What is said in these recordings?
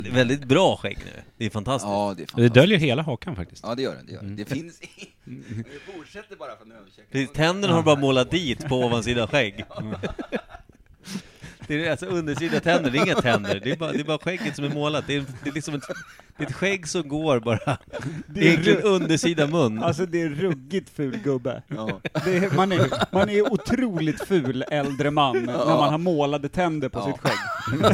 Det är väldigt bra skägg nu. Det är fantastiskt. Ja, det är fantastiskt. Det döljer hela hakan faktiskt. Ja, det gör det. Det finns det fortsätter bara från överkäken. Tänderna har bara målat dit på ovansida skägg. Det är alltså undersida tänder, det är inga tänder. Det är bara skägget som är målat. Det är liksom ett skägg som går bara. Det är egentligen undersida mun. Alltså det är ruggigt ful gubbe. Ja. Man är otroligt ful äldre man när man har målade tänder på sitt skägg.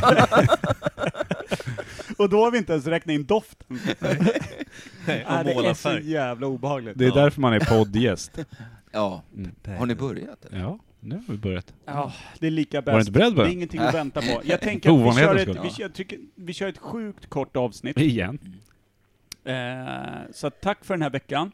Och då har vi inte ens räknat in doften. Nej, Det är så färg. jävla obehagligt. Det är därför man är poddgäst. Ja. Har ni börjat? Eller? Ja, nu har vi börjat. Ja, det är lika bäst. Var du inte beredd på det? Det är ingenting att vänta på. Jag tänker att vi kör ett sjukt kort avsnitt. Igen. Så tack för den här veckan.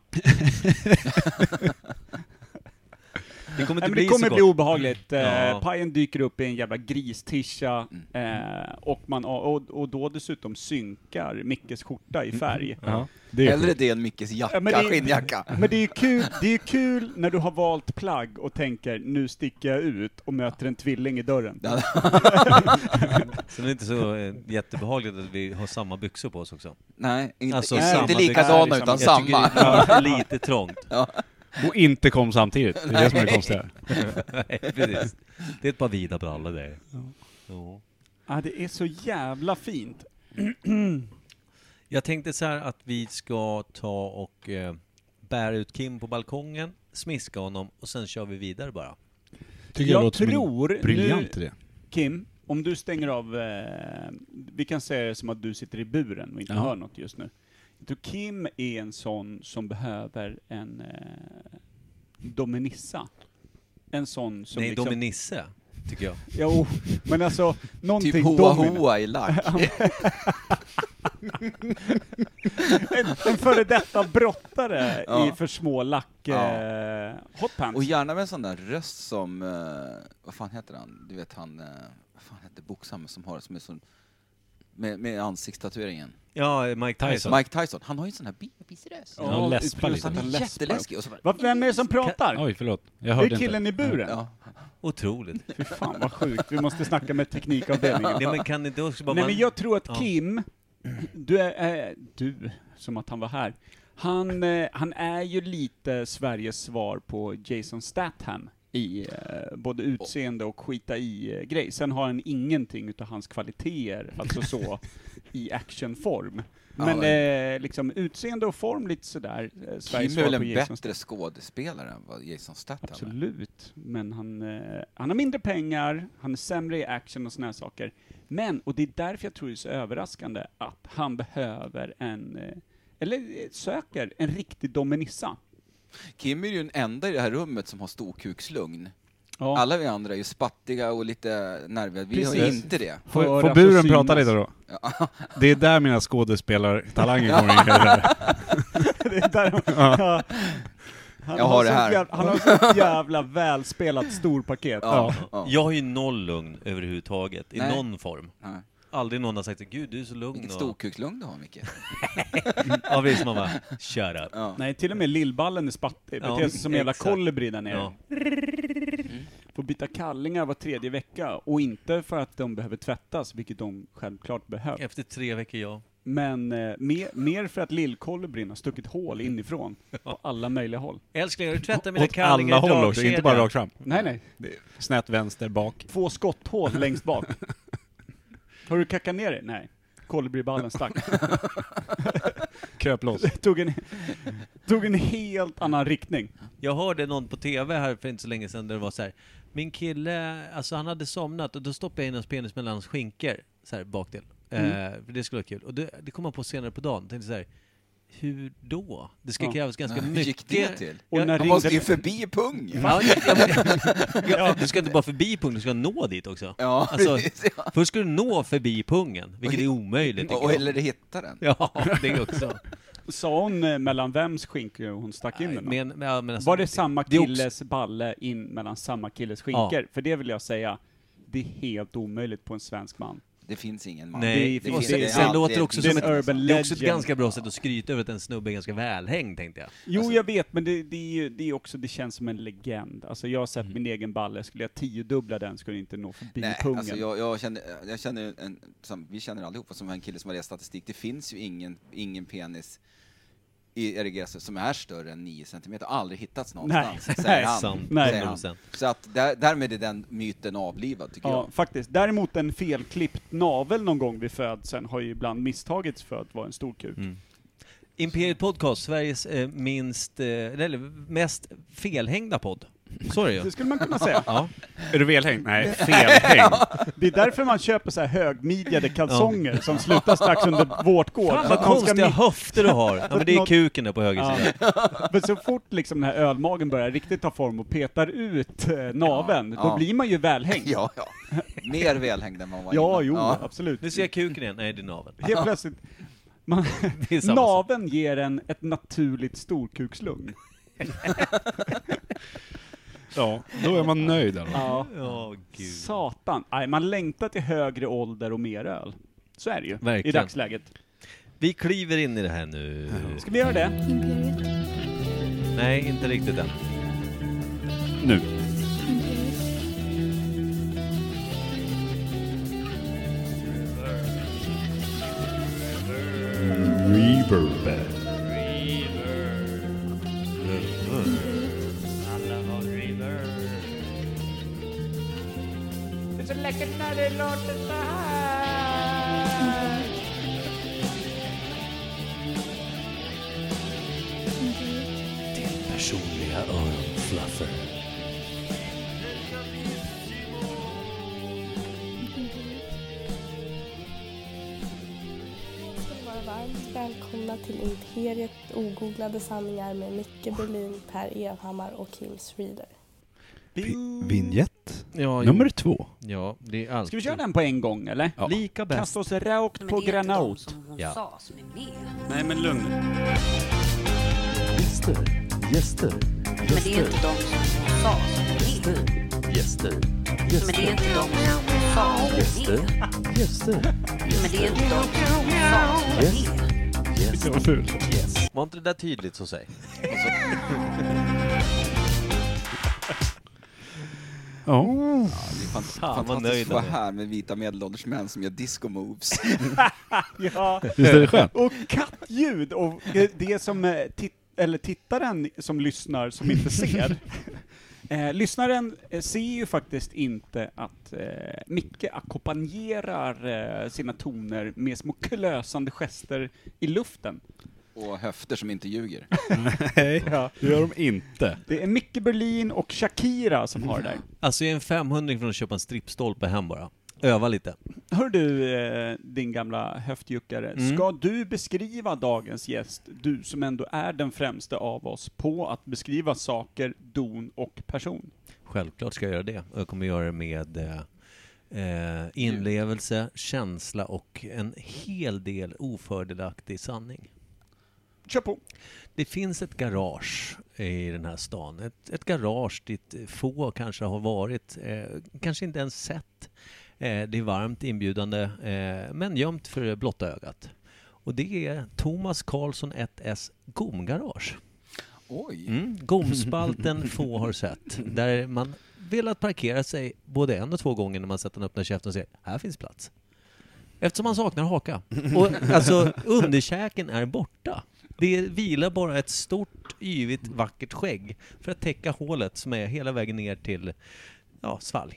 Det kommer Nej, inte men det kommer bli så obehagligt. Ja. Pajen dyker upp i en jävla gristischa och då dessutom synkar Mickes skjorta i färg. Ja, det är Hellre det än Mickes jacka, skinnjacka. Men det är kul när du har valt plagg och tänker nu sticker jag ut och möter en tvilling i dörren. Så det är inte så jättebehagligt att vi har samma byxor på oss också. Nej, inte, Alltså, inte samma likadana byxor. utan Jag samma. tycker det är lite trångt. Ja. Och inte kom samtidigt. Det är det som är det konstiga. Nej, precis. Det är ett par vida brallor där. Ja. Ja, det är så jävla fint. Jag tänkte så här att vi ska ta och bära ut Kim på balkongen, smiska honom och sen kör vi vidare bara. Tycker Jag tror briljant nu, idé. Kim, om du stänger av, vi kan säga det som att du sitter i buren och inte hör något just nu. Jag tror Kim är en sån som behöver en dominissa. En sån som Nej, liksom... Dominisse, tycker jag. Jo, men alltså, någonting Typ hoa i lack. en före detta brottare i för små lack hotpants. Och gärna med en sån där röst som, vad fan heter han? Du vet han, vad fan heter boxaren som har som är sån med ansiktstatueringen. Ja, Mike Tyson. Mike Tyson, han har ju en sån här bebisröst. Ja, läspar lite. Han är jätteläskig. Och så bara, Vem är det som pratar? Oj, förlåt. Jag Det hörde är killen inte. i buren. ja. Otroligt. Fy fan vad sjukt, vi måste snacka med teknikavdelningen. Nej, men kan det inte också bara Nej, vara men jag tror att Ja. Kim, du, som att han var här, han är ju lite Sveriges svar på Jason Statham i både utseende och skita i grej. Sen har han ingenting utav hans kvaliteter, alltså så, i actionform. Men liksom utseende och form lite sådär. Kim är väl en bättre skådespelare än vad Jason Statham är. Absolut, men han har mindre pengar, han är sämre i action och såna här saker. Men, och det är därför jag tror det är så överraskande att han behöver söker en riktig dominissa. Kim är ju den enda i det här rummet som har storkukslugn. Ja. Alla vi andra är ju spattiga och lite nerviga. Vi har Precis. inte det. Får buren prata lite då? Ja. Det är där mina skådespelartalanger kommer in. Det är där, ja. Jag har det här. Han har så jävla välspelat storpaket. Ja. Jag har ju noll lugn överhuvudtaget, i Nej. någon form. Nej. Aldrig någon har sagt, gud du är så lugn. Vilket storkukslugn du har, Micke. Ja, visst, man bara, shut up. Ja. Nej, till och med lillballen är spattig. Ja, Beter sig som en jävla exakt. kolibri där nere. Ja. Får byta kallingar var 3:e vecka. Och inte för att de behöver tvättas, vilket de självklart behöver. Efter 3 veckor, ja. Men mer för att lillkolibrin har stuckit hål inifrån. På alla möjliga håll. Älskling, har du tvättat mina Åt kallingar alla i håll också, inte bara dragkedjan? rakt fram. Nej. Snett vänster bak. 2 skotthål längst bak. Har du kackat ner dig? Nej. Kolibriballen stack. Kröp loss. Tog en helt annan riktning. Jag hörde någon på tv här för inte så länge sedan där det var så här: min kille, alltså han hade somnat och då stoppade jag in hans penis mellan hans skinkor så här bakdel. För det skulle vara kul. Och det kom man på senare på dagen. Tänkte så här, hur då? Det ska krävas ganska Hur mycket. gick det till? Och när Han måste ju förbi pungen. Ja, du ska inte bara förbi pungen, du ska nå dit också. Ja, Alltså, precis. Ja. först ska du nå förbi pungen, vilket är omöjligt. tycker Och jag. eller hitta den. Ja, det också. Sa hon mellan vems skinkor hon stack in den? Men alltså, Var det samma det är också- killes balle in mellan samma killes skinkor? För det vill jag säga, det är helt omöjligt på en svensk man. Det finns ingen man. Nej, Det och finns- sen, det- sen ja, låter det det också finns- som det är en ett, urban det är också ett legend. ganska bra sätt att skryta över att en snubbe är ganska välhängd, tänkte jag. Jo, jag vet, men det är också, det känns som en legend. Alltså jag har sett Mm. min egen balle, skulle jag 10-dubbla den skulle inte nå förbi Nej, pungen. alltså jag känner vi känner allihopa som en kille som har läst statistik. Det finns ju ingen penis i RGS som är större än 9 centimeter. Aldrig hittats någonstans, Nej, säger nej, han. sant. Nej. Säger han. 100%. Så att därmed är den myten avlivad, tycker Ja, jag. faktiskt. Däremot en felklippt navel någon gång vid födseln har ju ibland misstagits för att vara en stor kuk. Mm. Imperiet Podcast, Sveriges mest felhängda podd. Sorry. Det skulle man kunna säga. Ja. Är du velhängd? Nej, felhängd. Det är därför man köper så här högmidjade kalsonger som slutar strax under vårtgård. Fan, Så vad att någon ska konstiga mitt- höfter du har. Ja, men det är något- kuken där på höger Ja. sida. Men så fort liksom den här ölmagen börjar riktigt ta form och petar ut naveln, då Ja. blir man ju välhängd. Ja. Mer välhängd än man var Ja, innan. jo, Ja. absolut. Nu ser jag kuken igen. Nej, det är naveln. Helt plötsligt, Det är samma sak. naveln ger en ett naturligt storkukslugn. Ja, då är man nöjd. Eller? Ja. Ja, gud. Satan. Nej, man längtar till högre ålder och mer öl. Så är det ju Verkligen. i dagsläget. Vi kliver in i det här nu. Ska vi göra det? Imperiet. Nej, inte riktigt än. Nu. Reverb. Det är så läckert när det låter så här. Din personliga öronfluffer. Ska ni vara varmt välkomna till Imperiet ogooglade sanningar med Micke Berlin, Per Evhammar och Kim Reader. Vignett Ja, nummer 2. Ja, det är alltid. Ska vi köra den på en gång, eller? Ja. Lika bäst. Kasta oss rakt Men på det är inte de granaut. som hon Ja. sa som är med. Nej, men lugn. Gäster, gäster, Men det är inte de som hon sa som är med. gäster, Men det är inte de som hon sa som är med. gäster, Men det är inte de som hon sa som är med. Det var fult. Var inte det där tydligt, så säg? Ja. Det är Fan, vad fantastiskt nöjd att vara han är. här med vita medelålders män som gör disco moves. Ja. Visst är det skönt? Och kattljud, och det som tittaren som lyssnar som inte ser. Lyssnaren ser ju faktiskt inte att Micke ackompanjerar sina toner med små klösande gester i luften. Och höfter som inte ljuger. Nej, Ja. det gör de inte. Det är Micke Berlin och Shakira som har det där. Alltså, jag är en 500 från att köpa en strippstolpe hem bara. Öva lite. Hör du, din gamla höftjuckare, ska du beskriva dagens gäst, du som ändå är den främste av oss, på att beskriva saker, don och person? Självklart ska jag göra det. Och jag kommer göra det med inlevelse, känsla och en hel del ofördelaktig sanning. Kör på! Det finns ett garage i den här stan. Ett garage dit få kanske har varit, kanske inte ens sett. Det är varmt, inbjudande, men gömt för blotta ögat. Och det är Thomas Karlsson 1S Gomgarage. Oj! Gomspalten få har sett. Där man velat parkera sig både en och två gånger när man sett den öppna käften och säger här finns plats. Eftersom man saknar haka. Och alltså underkäken är borta. Det vilar bara ett stort, yvigt, vackert skägg för att täcka hålet som är hela vägen ner till svalg.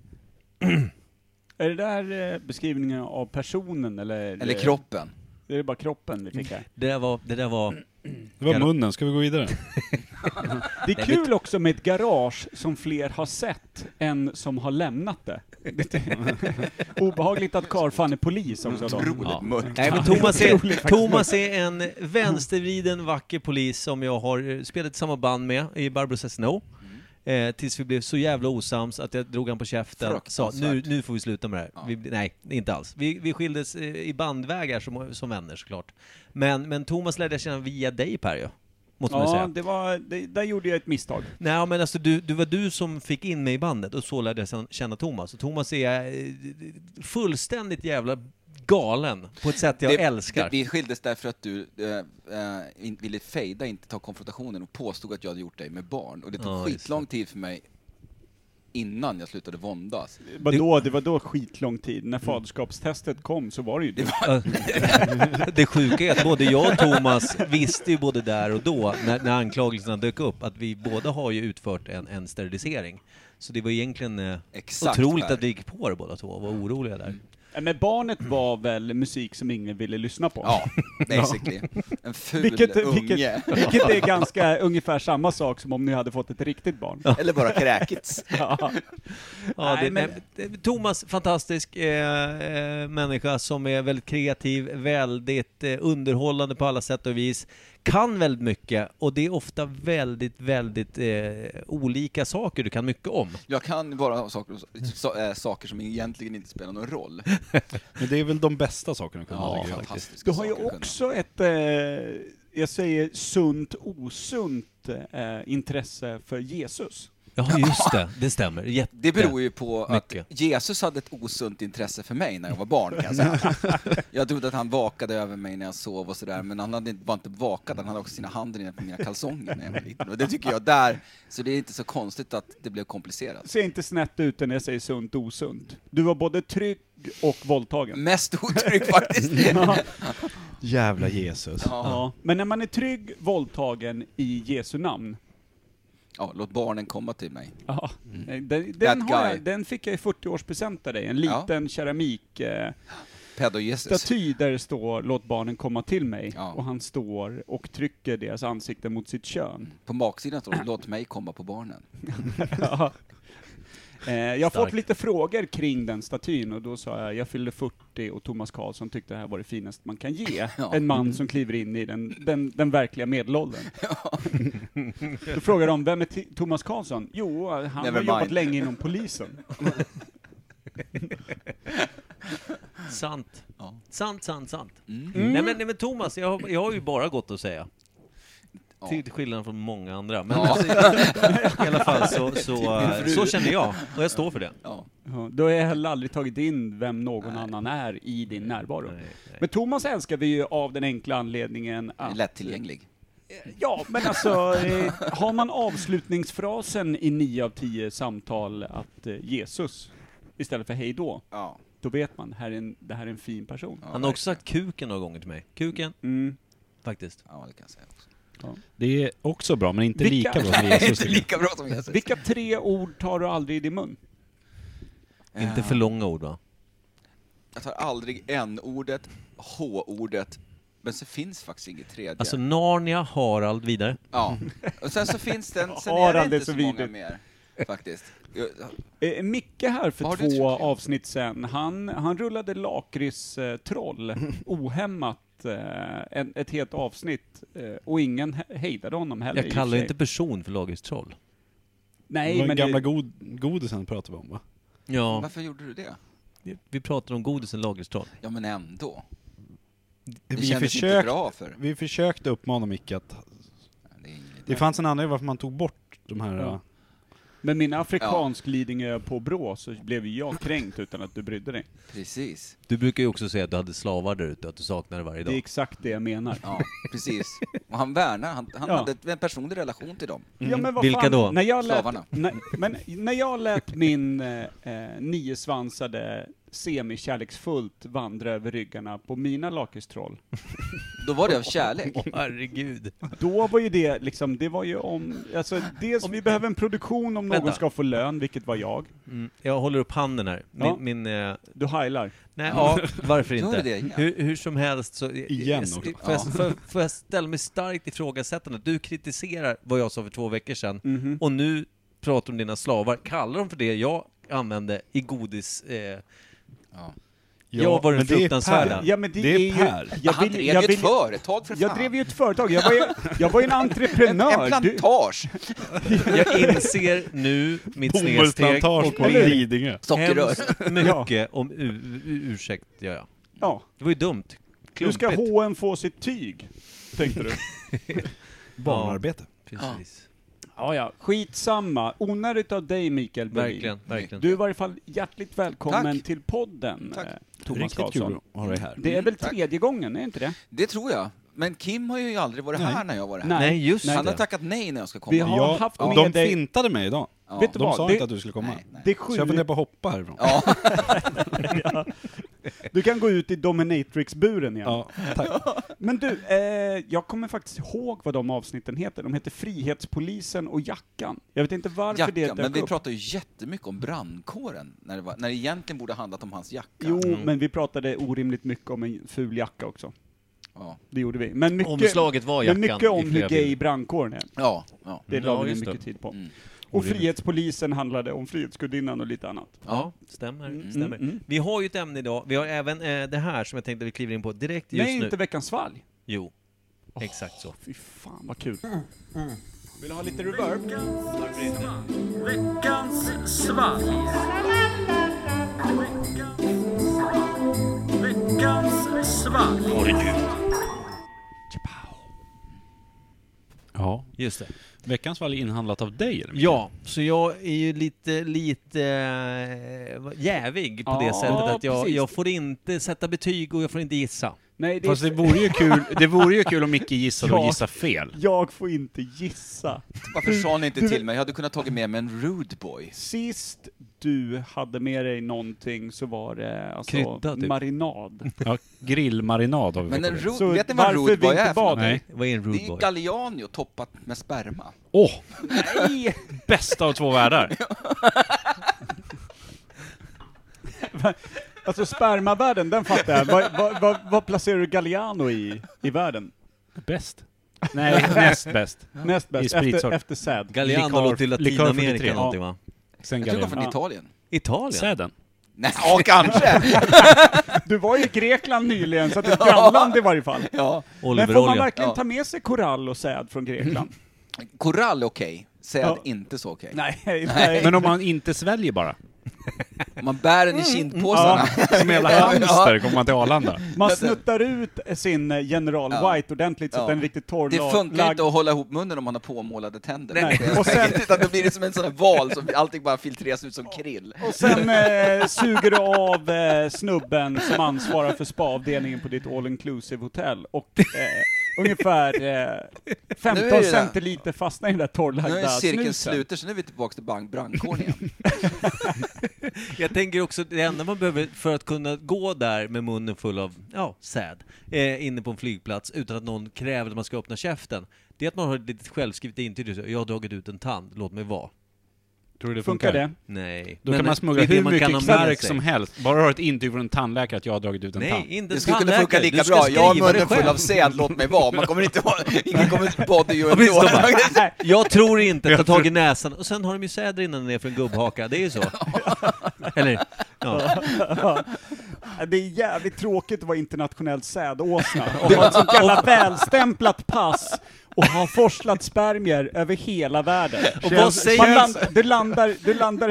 Är det där beskrivningen av personen Eller kroppen. Är det bara kroppen vi fick här? Det där var Det var munnen, ska vi gå vidare? Det är kul också med ett garage som fler har sett än som har lämnat det. Obehagligt att karlfan är polis också då. Otroligt mörkt. Nej, men Thomas är en vänstervriden, vacker polis som jag har spelat i samma band med i Barbarossa Snow. Tills vi blev så jävla osams att jag drog han på käften och sa nu får vi sluta med det här. Ja. Nej, inte alls. Vi skildes i bandvägar som vänner såklart. Men Thomas lärde jag känna via dig, Per. Ja. måste man säga. Där gjorde jag ett misstag. Nej, men alltså det var du som fick in mig i bandet och så lärde jag känna Thomas. Och Thomas är fullständigt jävla galen på ett sätt jag älskar. Vi skildes därför att du ville fejda, inte ta konfrontationen och påstod att jag hade gjort dig med barn. Och det tog skitlång tid för mig innan jag slutade våndas. Det var då skitlång tid. När faderskapstestet kom så var det ju det. Det sjuka är att både jag och Thomas visste ju både där och då, när anklagelserna dök upp, att vi båda har ju utfört en sterilisering. Så det var egentligen otroligt att vi gick på det båda två och var oroliga där. Men barnet var väl musik som ingen ville lyssna på? Ja, basically. En ful unge. Vilket är ganska ungefär samma sak som om ni hade fått ett riktigt barn. Eller bara kräkits. Thomas, fantastisk människa som är väldigt kreativ, väldigt underhållande på alla sätt och vis. Kan väldigt mycket, och det är ofta väldigt, väldigt olika saker du kan mycket om. Jag kan bara saker som egentligen inte spelar någon roll. Men det är väl de bästa sakerna att kunna lägga fantastiska. Du har ju också ett, jag säger sunt, osunt intresse för Jesus. Ja, just det. Det stämmer. Det beror ju på mycket. Att Jesus hade ett osunt intresse för mig när jag var barn, kan jag säga. Jag trodde att han vakade över mig när jag sov och sådär, men han var inte vakad, han hade också sina händer inne på mina kalsonger när jag var liten. Och det tycker jag där, så det är inte så konstigt att det blev komplicerat. Ser inte snett ut när jag säger sunt, osunt. Du var både trygg och våldtagen. Mest otrygg faktiskt. Jävla Jesus. Ja. Men när man är trygg, våldtagen i Jesu namn. Ja, låt barnen komma till mig. Ja. Den fick jag i 40-årspresent av dig. En liten keramik staty där det står "Låt barnen komma till mig". Ja. Och han står och trycker deras ansikten mot sitt kön. På baksidan står det "Låt mig komma på barnen". Ja. Jag har fått lite frågor kring den statyn och då sa jag fyllde 40 och Thomas Karlsson tyckte det här var det finaste man kan ge. En man som kliver in i den verkliga medelåldern. Då frågar de, vem är Thomas Karlsson? Jo, han har jobbat länge inom polisen. Sant. Ja. Sant. Nej men Thomas, jag har ju bara gott att säga. Till skillnad från många andra. Men alltså, i alla fall så känner jag. Och jag står för det. Ja. Du har heller aldrig tagit in vem någon annan är i din närvaro. Nej. Men Thomas älskar vi ju av den enkla anledningen att... Lättillgänglig. Ja, men alltså har man avslutningsfrasen i 9 av 10 samtal att Jesus istället för hej då. Ja. Då vet man, det här är en fin person. Han har också sagt kuken några gånger till mig. Kuken. Faktiskt. Ja, det kan jag säga också. Ja. Det är också bra, men inte lika bra som Jesus. Inte lika bra som Jesus. Vilka 3 ord tar du aldrig i din mun? Inte för långa ord, va? Jag tar aldrig n-ordet, h-ordet, men så finns faktiskt inget tredje. Alltså Narnia, Harald, vidare. Ja, och sen så finns den, sen är det inte så många mer, faktiskt. Micke här för 2 avsnitt sen, han rullade lakrits-troll ohämmat ett helt avsnitt och ingen hejdade honom heller. Jag kallar inte person för lakrits-troll. Nej, men gamla godisen pratar vi om, va? Ja. Varför gjorde du det? Vi pratar om godisen lakrits-troll. Ja, men ändå. Vi försökte uppmana Micke att... Det fanns en anledning varför man tog bort de här... Ja. Men min afrikansk Lidingö på Brå så blev jag kränkt utan att du brydde dig. Precis. Du brukar ju också säga att du hade slavar där ute, att du saknade varje dag. Det är exakt det jag menar. Ja, precis. Och han värnar, han hade en personlig relation till dem. Ja, men vad vilka fan, då? Slavarna. När jag lät min 9-svansade semikärleksfullt vandra över ryggarna på mina lakritstroll. Då var det av kärlek. Herregud. Då var ju det liksom, det var ju alltså dels vi behöver en produktion om någon ska få lön, vilket var jag. Jag håller upp handen här. Du heilar. Nej, varför inte? Hur som helst så... Får jag ställa mig starkt ifrågasättande. Du kritiserar vad jag sa för 2 veckor sedan och nu pratar om dina slavar. Kallar de för det jag använde i godis... Jag var den fruktansvärda. Ja, men det är Per. Han drev ju ett företag för fan. Jag drev ju ett företag. Jag var ju en entreprenör. En plantage. Jag inser nu mitt snedsteg på Lidingö. Sockerrör. Mycket om ursäkt gör jag. Ja. Det var ju dumt. Nu ska H&M få sitt tyg, tänkte du. barnarbete. Precis. Ja, skitsamma. Onödigt av dig, Mikael Berlin. Verkligen. Du är i varje fall hjärtligt välkommen Tack. till podden, Tack. Thomas Riktigt Karlsson. kul att ha dig här. Det är väl tack. 3:e gången, är inte det? Det tror jag. Men Kim har ju aldrig varit här när jag var här. Nej, just Han har det. tackat nej när jag ska komma. Vi har haft med de dig... fintade mig idag. Ja. Vet du De vad? sa Det- inte att du skulle komma. Nej. Det är Så jag funderar på att hoppa härifrån. Ja, Ja. Du kan gå ut i Dominatrix-buren igen. Ja, tack. Men du, jag kommer faktiskt ihåg vad de avsnitten heter. De heter Frihetspolisen och Jackan. Jag vet inte varför det jackan. Men vi dök upp. pratar ju jättemycket om brandkåren, när det egentligen borde handlat om hans jacka. Jo, men vi pratade orimligt mycket om en ful jacka också. Ja, Det gjorde vi. Men mycket, Omslaget var men jackan mycket i om hur flera gay bilder. brandkåren är. ja. Det Ja, la vi just mycket det. tid på. Mm. Och Frihetspolisen handlade om Frihetsgudinnan och lite annat. Ja, stämmer. Mm. Vi har ju ett ämne idag. Vi har även det här som jag tänkte att vi kliver in på direkt just Nej, nu. inte Veckans svalg. Jo, exakt så. Fy fan vad kul. Vill du ha lite reverb? Veckans svalg. Veckans svalg. Ja. Just det. Veckans fall är inhandlat av dig, eller? Ja, så jag är ju lite jävig på det Ja, sättet att precis. jag får inte sätta betyg och jag får inte gissa. Nej, det Fast är... det vore ju kul om Micke gissade och Ja. gissade fel. Jag får inte gissa. Varför sa ni inte till mig? Jag hade kunnat tagit med mig en rude boy. Sist du hade med dig någonting så var det alltså Krydda, typ. marinad. Ja, grillmarinad har vi Men en fått. rude, vet ni vad en varför rude vi boy inte är för bad någonting? Nej. Vad är en Det rude är ju boy? Galliano toppat med sperma. Åh! Nej! Bästa av två världar. Alltså spermavärlden, den fattar jag. Vad placerar du Galliano i världen? Bäst. Nej, näst bäst. Näst I bäst, spritsort. efter säd. Galliano låter till likör Latinamerika 43. eller någonting, va? Sen Jag tror de var Galliano. från Ja. Italien. Italien? Säden. Nej, ja kanske! Du var ju i Grekland nyligen, så att det är ett grannland i varje fall. Ja. Men får man Oliverolja. verkligen Ja. ta med sig korall och säd från Grekland? Korall okej, säd Ja. inte så okej. Nej. Men om man inte sväljer bara. Om man bär den i kindpåsarna. Som en jävla hamster kommer man till Arlanda. Man snuttar ut sin General Ja. White ordentligt så att Ja. den är riktigt torr. Det funkar inte att hålla ihop munnen om man har påmålade tänder. Nej. Och Och sen- utan då blir det som en sån här val som allting bara filtreras ut som krill. Och sen suger du av snubben som ansvarar för spa-avdelningen på ditt all-inclusive-hotell. Och ungefär Nu är 15 det centiliter fastnar i den där Nu torrlagda är cirkeln snusen. sluter, så nu är vi tillbaka till brandkåren igen. Jag tänker också, det enda man behöver för att kunna gå där med munnen full av säd inne på en flygplats utan att någon kräver att man ska öppna käften, det är att man har ett litet självskrivet intyg. Jag har dragit ut en tand, låt mig vara. Tror du det Funkar det? Nej. Då Men kan man det smuggla är det hur man kan mycket ha med knark sig. som helst. Bara har ett intyg från en tandläkare att jag har dragit ut en tand. Nej, inte Det skulle kunna funka tandläkare. lika Du ska bra. Jag har skriva det munnen full själv. av säd, låt mig vara. Man kommer inte ingen kommer body you Ja, visst, de bara, ändå. jag tror inte, ta tag i näsan. Och sen har de ju säder innan ner för en gubbhaka, det är ju så. Eller? Ja. Det är jävligt tråkigt att vara internationellt sädåsna och ha ett sånt jävla välstämplat pass och ha forslat spermier över hela världen. Och vad säger- Du landar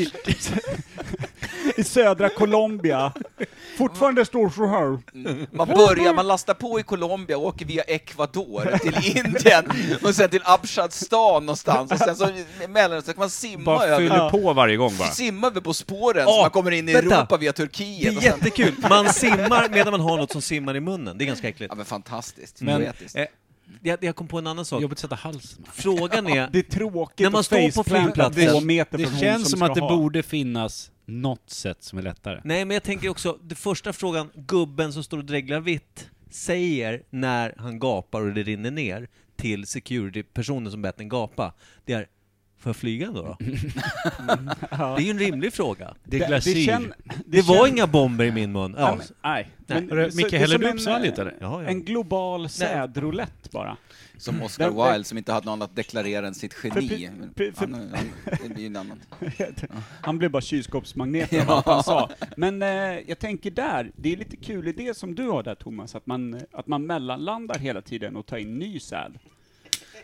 i södra Colombia. Fortfarande står så här. Man lastar på i Colombia och åker via Ecuador till Indien och sen till Abshadstan någonstans och sen så emellan så kan man simma Bara över. fyller på varje gång bara. Simma över på spåren så man kommer in i vänta. Europa via Det Turkiet. är och sen... jättekul. Man simmar medan man har något som simmar i munnen. Det är ganska äckligt. Ja men fantastiskt. Men Poetiskt. jag kom på en annan sak. Jobbigt att sätta halsen. Frågan är, Det är tråkigt När man att står på faceplanta flygplatsen- 2 meter Det från hon känns som att det ska ha. borde finnas något sätt som är lättare. nej men jag tänker också, det första frågan gubben som står och dreglar vitt säger när han gapar och det rinner ner till security-personen som bett den gapa, det är, får jag flyga ändå då? Ja. Det är ju en rimlig fråga. Det är glasyr. Det var inga bomber i min mun. Ja. Nej. Men Hörru, så- Micke, det är häller som du en, upp svalget eller? Ja, ja. En global sädroulette bara. Som Oscar Den- Wilde som inte hade någon att deklarera än sitt geni. Det blir ju en annan. Han blev bara kylskåpsmagnet av allt han sa. Men jag tänker där, det är lite kul idé som du har där Thomas, att man mellanlandar hela tiden och tar in ny säd.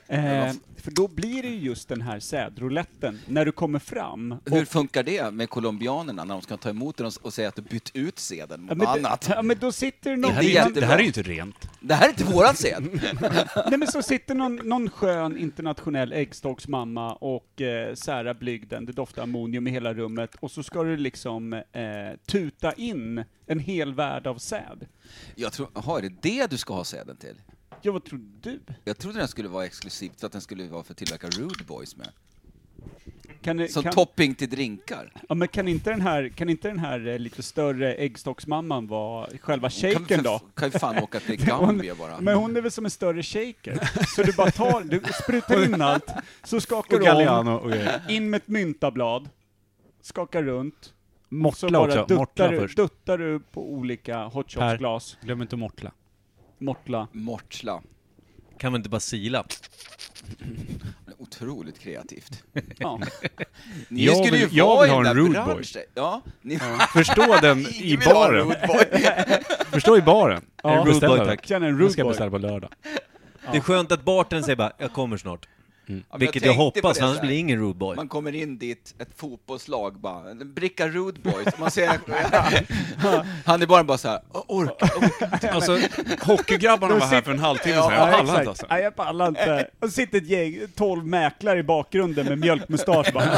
För då blir det ju just den här sädrouletten, när du kommer fram. Hur funkar det med colombianerna när de ska ta emot den och säga att du bytt ut seden mot något annat? Ja, men då sitter det någon... Det här är ju inte rent. Det här är inte våran sed. Nej, men så sitter någon skön internationell äggstocksmamma och sära blygden, det doftar ammonium i hela rummet, och så ska du liksom tuta in en hel värld av säd. Jag tror, är det du ska ha säden till? Ja, vad tror du? Jag trodde den skulle vara exklusivt för att den skulle vara för att tillverka Rude Boys med. Kan topping till drinkar. Ja, men kan inte den här lite större äggstocksmamman vara själva shakern då? Kan ju fan åka till Gambia bara. Men hon är väl som en större shaker. Så du bara du sprutar in allt, så skakar du Galliano, in med ett myntablad, skakar runt, mortla så bara också. duttar du på olika hot shots-glas. Glöm inte mortla. Mortsla. Kan man inte bara sila? Otroligt kreativt. Ja. Ni Jag skulle vill- ju jag vara vill i ha den en där Rude Boy. branschen. Ja, Förstå den i Ingen vill ha en baren. Rude Boy. Förstå i baren. Ja. En Rude beställa Boy, den. tack. Känner en Den rude ska jag boy. beställa på lördag. Det är skönt att bartendern säger bara, jag kommer snart. Ja, men Vilket jag tänkte på hoppas, det så annars här. blir det ingen rude boy. Man kommer in dit, ett fotbollslag bara, en bricka Rude Boys. Man ser, han är bara så här, orka. Alltså, hockeygrabbarna var här för en halvtimme sedan. Jag pallar inte alltså. Nej, jag pallar inte. Och sitter ett gäng, 12 mäklare i bakgrunden med mjölkmustasch bara.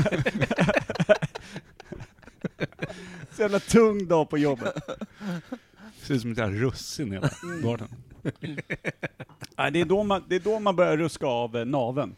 Så jävla tung dag på jobbet. Ser ut som ett jävla russin i hela baren. Nej, det är då man börjar ruska av naveln.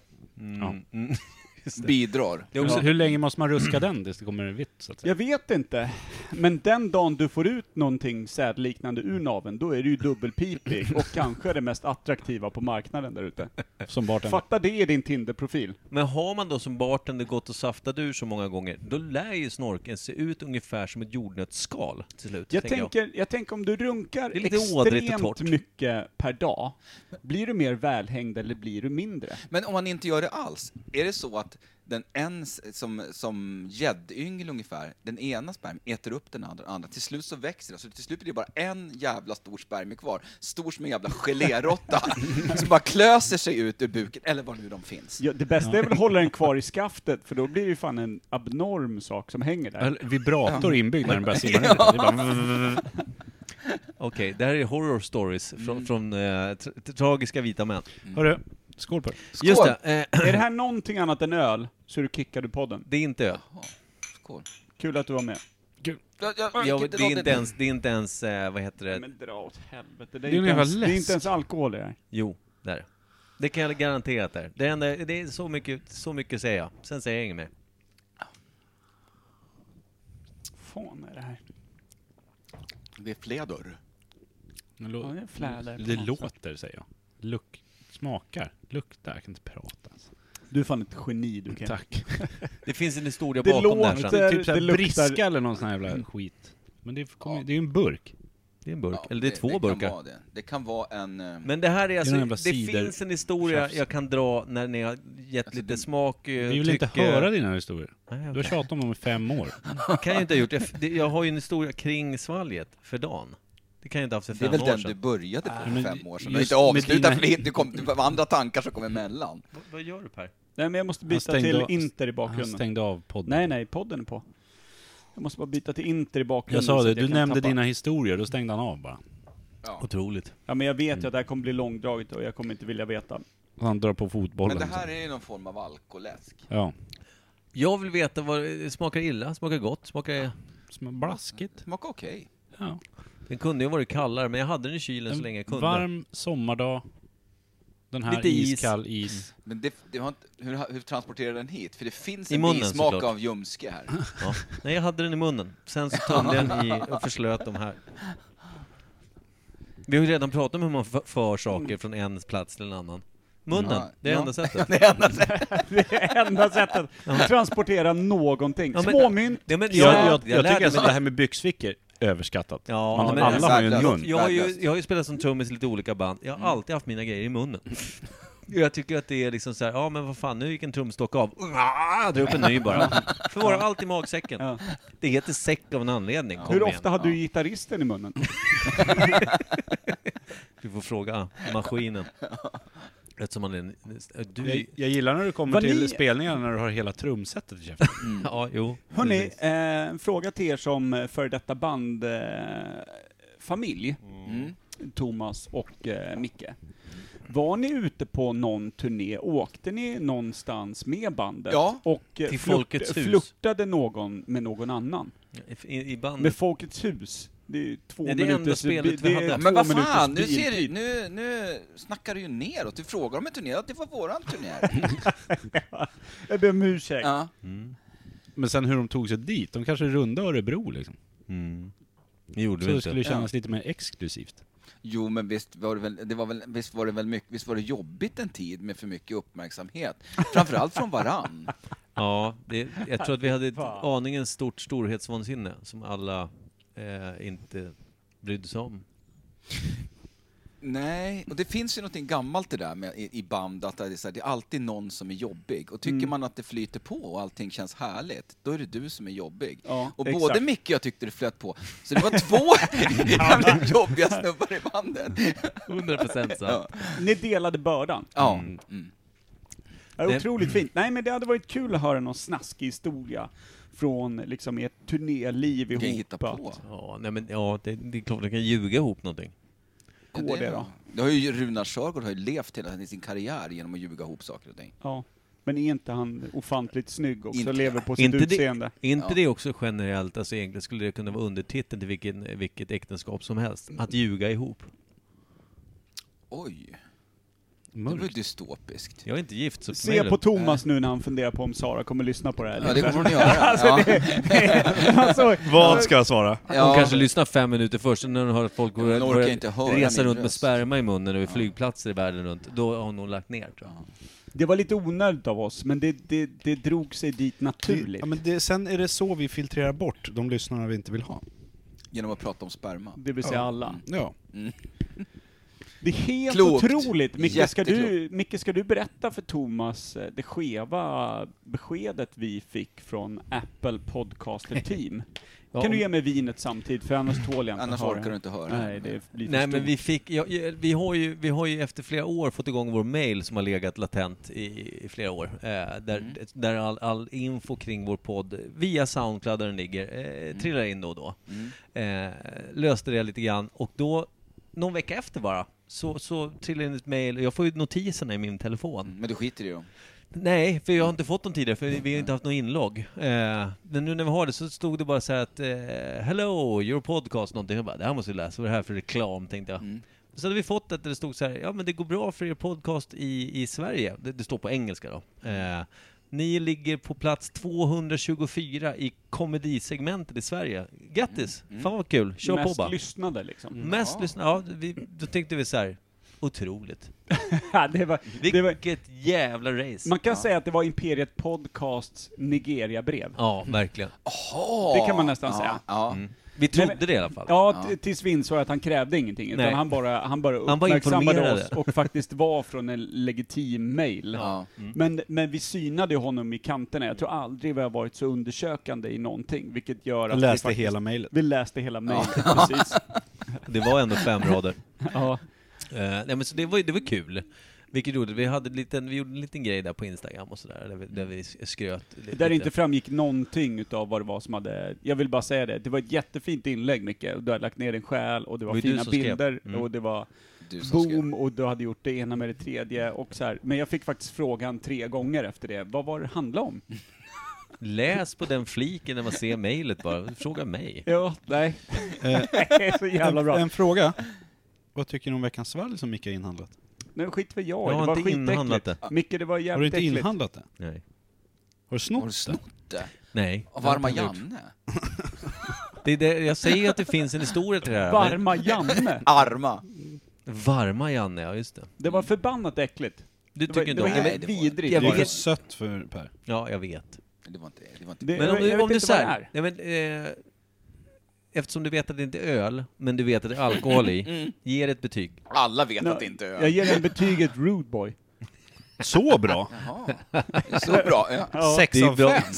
Bidrar. Det är också, Hur länge måste man ruska den tills det kommer en vitt, så att säga? Jag vet inte, men den dagen du får ut någonting sädliknande ur naveln, då är det ju dubbelpipig och kanske det mest attraktiva på marknaden där ute. Som bartender. Fatta det i din Tinder-profil. men har man då som bartender gått och saftat ur så många gånger, då lär ju snorken se ut ungefär som ett jordnötsskal till slut. Jag tänker om du runkar Det är lite ådrigt och extremt torrt. mycket per dag, blir du mer välhängd eller blir du mindre? Men om man inte gör det alls, är det så att den som gäddyngel ungefär, den ena spermien äter upp den andra. Till slut så växer det, så till slut är det bara en jävla stor spermie kvar. Stor som en jävla geléråtta som bara klöser sig ut ur buken, eller var nu de finns. Ja, det bästa är väl att hålla den kvar i skaftet, för då blir det ju fan en abnorm sak som hänger där. Eller vibrator inbyggd när den börjar simma ner. Det är bara... Okej, det här är horror stories från tragiska vita män. Hörru, skål på det. Skål! Just det, Är det här någonting annat än öl, så är du kickad ur podden. det är inte öl. Skål. Kul att du var med. Ja, det är inte ens vad heter det? Men dra åt helvete. Det är en jävla läsk. Det är inte ens alkohol i det här. Jo, där. Det kan jag garantera att det är. Det är så mycket säger jag. Sen säger jag inget mer. Fan är det här? Det är flädor. Ja, det är fläder. Det låter, säger jag. Smakar. Luktar. Jag kan inte prata. Alltså. Du är fan ett geni, du kan. Tack. Det finns en historia Det bakom det här sen. låter- Typ såhär det luktar- briska eller någon sån här jävla skit. Men det är ju en burk. Det är en burk, Ja, eller det är två kan burkar. vara det. Det kan vara en... Men det här är alltså, en jävla det cider- finns en historia tjafs. jag kan dra när ni har gett Alltså, lite det- smak, Vi vill inte höra dina historier. Nej, Du har okej. tjatat om dem i 5 år. Det kan jag inte ha gjort. Jag har ju en historia kring svalget för dagen. Det kan jag inte ha haft för Det är 5 väl år den sedan. du började på men för 5 år sedan. just Du inte med avslutat dina- för det var andra tankar som kom emellan. Vad gör du, Per? Nej, men jag måste byta stängde till av- Inter i Han bakgrunden. stängde av podden. Nej, podden är på. Jag måste bara byta till Inter i bakgrunden. Jag så sa det, att jag du kan nämnde tappa. dina historier, då stängde han av bara. Ja. Otroligt. Ja, men jag vet ju att det här kommer bli långdraget och jag kommer inte vilja veta. Han drar på fotbollen. Men det här är ju någon form av alkoläsk. Ja. Jag vill veta vad det smakar illa, smakar gott, smakar... Blaskigt. Smakar okej. Ja. Den kunde ju varit kallare, men jag hade den i kylen så länge jag kunde. Varm sommardag. Den här Lite is. iskall is. Men det har inte, hur transporterar den hit? För det finns I en munnen, bismak såklart. av ljumske här. Ja. Nej, jag hade den i munnen. Sen så tömde jag den i och förslöt de här. Vi har ju redan pratat om hur man för saker från en plats till en annan. Munnen, Ja, det är ja. enda sättet. Det enda sättet. Det är enda sättet att transportera någonting. Ja, men- Småmynt. Ja, men Jag lärde tycker alltså mig- det här med byxfickor, överskattat. Ja, Man, men- alla har ju en mun. Jag har ju spelat som trummis i lite olika band. Jag har alltid haft mina grejer i munnen. Jag tycker att det är liksom så här, ja men vad fan, nu gick en trumstock av. Dra upp en ny bara. Förvara allt i magsäcken. Ja. Det heter säck av en anledning. Kom Hur igen. ofta hade du gitarristen i munnen? Du får fråga maskinen. Eftersom man är Jag gillar när du kommer till spelningar när du har hela trumsetet i käften. Ja, jo. Hörrni, en fråga till er som för detta bandfamilj, Thomas och Micke. Var ni ute på någon turné? Åkte ni någonstans med bandet? Ja, och till Folkets hus. flörtade någon med någon annan? I bandet. Med Folkets hus? Det är 2 Det är det minuters enda spelet vi hade. Men vad fan, nu snackar du ju neråt. Du frågar om en turné, att det var våran turné. Jag ber om ursäkt. Ja. Men sen hur de tog sig dit, de kanske runda Örebro liksom. Det gjorde Så vi det inte. skulle kännas lite mer exklusivt. Jo, men visst var det jobbigt en tid med för mycket uppmärksamhet. Framförallt från varann. Ja, jag tror att vi hade ett aningen stort storhetsvansinne som alla inte brydde sig om. Nej, och det finns ju något gammalt det där med i band, att det är alltid någon som är jobbig. Och tycker man att det flyter på och allting känns härligt, då är det du som är jobbig. Ja, och exakt. både Micke och jag tyckte det flöt på. Så det var 2 jävligt jobbiga snubbar i bandet. 100% så. Ja. Ni delade bördan. Ja. Det är otroligt fint. Nej, men det hade varit kul att höra någon snaskig historia från liksom ert turnéliv ihop. Kan hitta på. Ja, nej men det är klart att kan ljuga ihop någonting. Går det då? Det har ju Runar Sörgård har ju levt hela sin karriär genom att ljuga ihop saker och ting. Ja. Men är inte han ofantligt snygg också? Inte. Lever på sitt utseende? Inte det också generellt, alltså egentligen skulle det kunna vara undertiteln till vilket äktenskap som helst. Att ljuga ihop. Oj. Det var ju dystopiskt. Jag är inte gift så Se på Thomas nu när han funderar på om Sara kommer lyssna på det här. Ja, det kommer hon göra. Alltså, Vad ska jag svara? Hon kanske lyssnar 5 minuter först, när hon hör folk börjar resa runt med sperma i munnen över flygplatser i världen runt. Då har hon nog lagt ner, tror jag. Det var lite onödigt av oss, men det drog sig dit naturligt. Ja, men sen är det så vi filtrerar bort de lyssnarna vi inte vill ha. Genom att prata om sperma. Det vill säga alla. Ja. Det är helt Klokt. otroligt. Micke, ska du berätta för Thomas det skeva beskedet vi fick från Apple Podcaster Team? Kan du ge mig vinet samtidigt, för annars tål jag inte. Annars orkar du inte höra. Nej, det blir för Nej, stort. men vi har ju efter flera år fått igång vår mail som har legat latent i flera år. Där all info kring vår podd via Soundcloud där den ligger trillar in då och då. Löste det lite grann, och då någon vecka efter bara så trillar in ett mail och jag får ju notiserna i min telefon. Men du skiter i dem? Nej, för jag har inte fått dem tidigare, för vi har inte haft någon inlogg. Men nu när vi har det så stod det bara så här att hello, your podcast, någonting. Jag bara, det här måste vi läsa, vad är det här för reklam, tänkte jag. Så hade vi fått att det stod så här, ja men det går bra för er podcast i Sverige. Det står på engelska då. Ni ligger på plats 224 i komedisegmentet i Sverige. Grattis! Fan vad kul, kör på bara. Mest lyssnade liksom. Mest lyssnade, då tänkte vi så här. Otroligt. det var Vilket jävla race. Man kan säga att det var Imperiet Podcasts Nigeria-brev. Ja, verkligen. Det kan man nästan säga. Ja. Vi trodde det i alla fall. Ja, tills vi insåg att han krävde ingenting. Utan han bara uppmärksammade oss och faktiskt var från en legitim mail. Ja. Men vi synade honom i kanterna. Jag tror aldrig vi har varit så undersökande i någonting. Vilket gör att läste hela mejlet. Vi läste hela mejlet, precis. Det var ändå 5 rader. Ja. Nej, men så det var kul. Vilket gjorde vi gjorde en liten grej där på Instagram och sådär där vi skröt lite. Där inte framgick någonting utav vad det var som hade. Jag vill bara säga det. Det var ett jättefint inlägg, Micke. Du hade lagt ner en själ och det var fina bilder och det var boom och du hade gjort det ena med det tredje och så här. Men jag fick faktiskt frågan 3 gånger efter det. Vad var det handlade om? Läs på den fliken när man ser mejlet bara. Fråga mig. Ja, nej. Så jävla bra. En fråga. Vad tycker ni om veckans svalg som Micke har inhandlat? Nu skit för jag. Jag har Det var inte inhandlat skitäckligt. Micke, det var Har du jävligt inte äckligt. inhandlat det? Nej. Har du snott Har du snott det? Nej. Av Varma Janne? Det är det, jag säger att det finns en historia till det här. Varma Janne. Arma. Varma Janne, ja just det. Det var förbannat äckligt. Du Det tycker var, inte det om var det? helt vidrigt. Jag Det är för vet. sött för Per. Ja, jag vet. Det var inte. Det, Men jag vet om du inte vad det säger, nej, men, eftersom du vet att det inte är öl, men du vet att det är alkohol i, ge det ett betyg. Alla vet att det inte är Jag ger den betyget Rude Boy. Så bra! Jaha. Det är så bra. Ja. 6 Det är av bra. 5.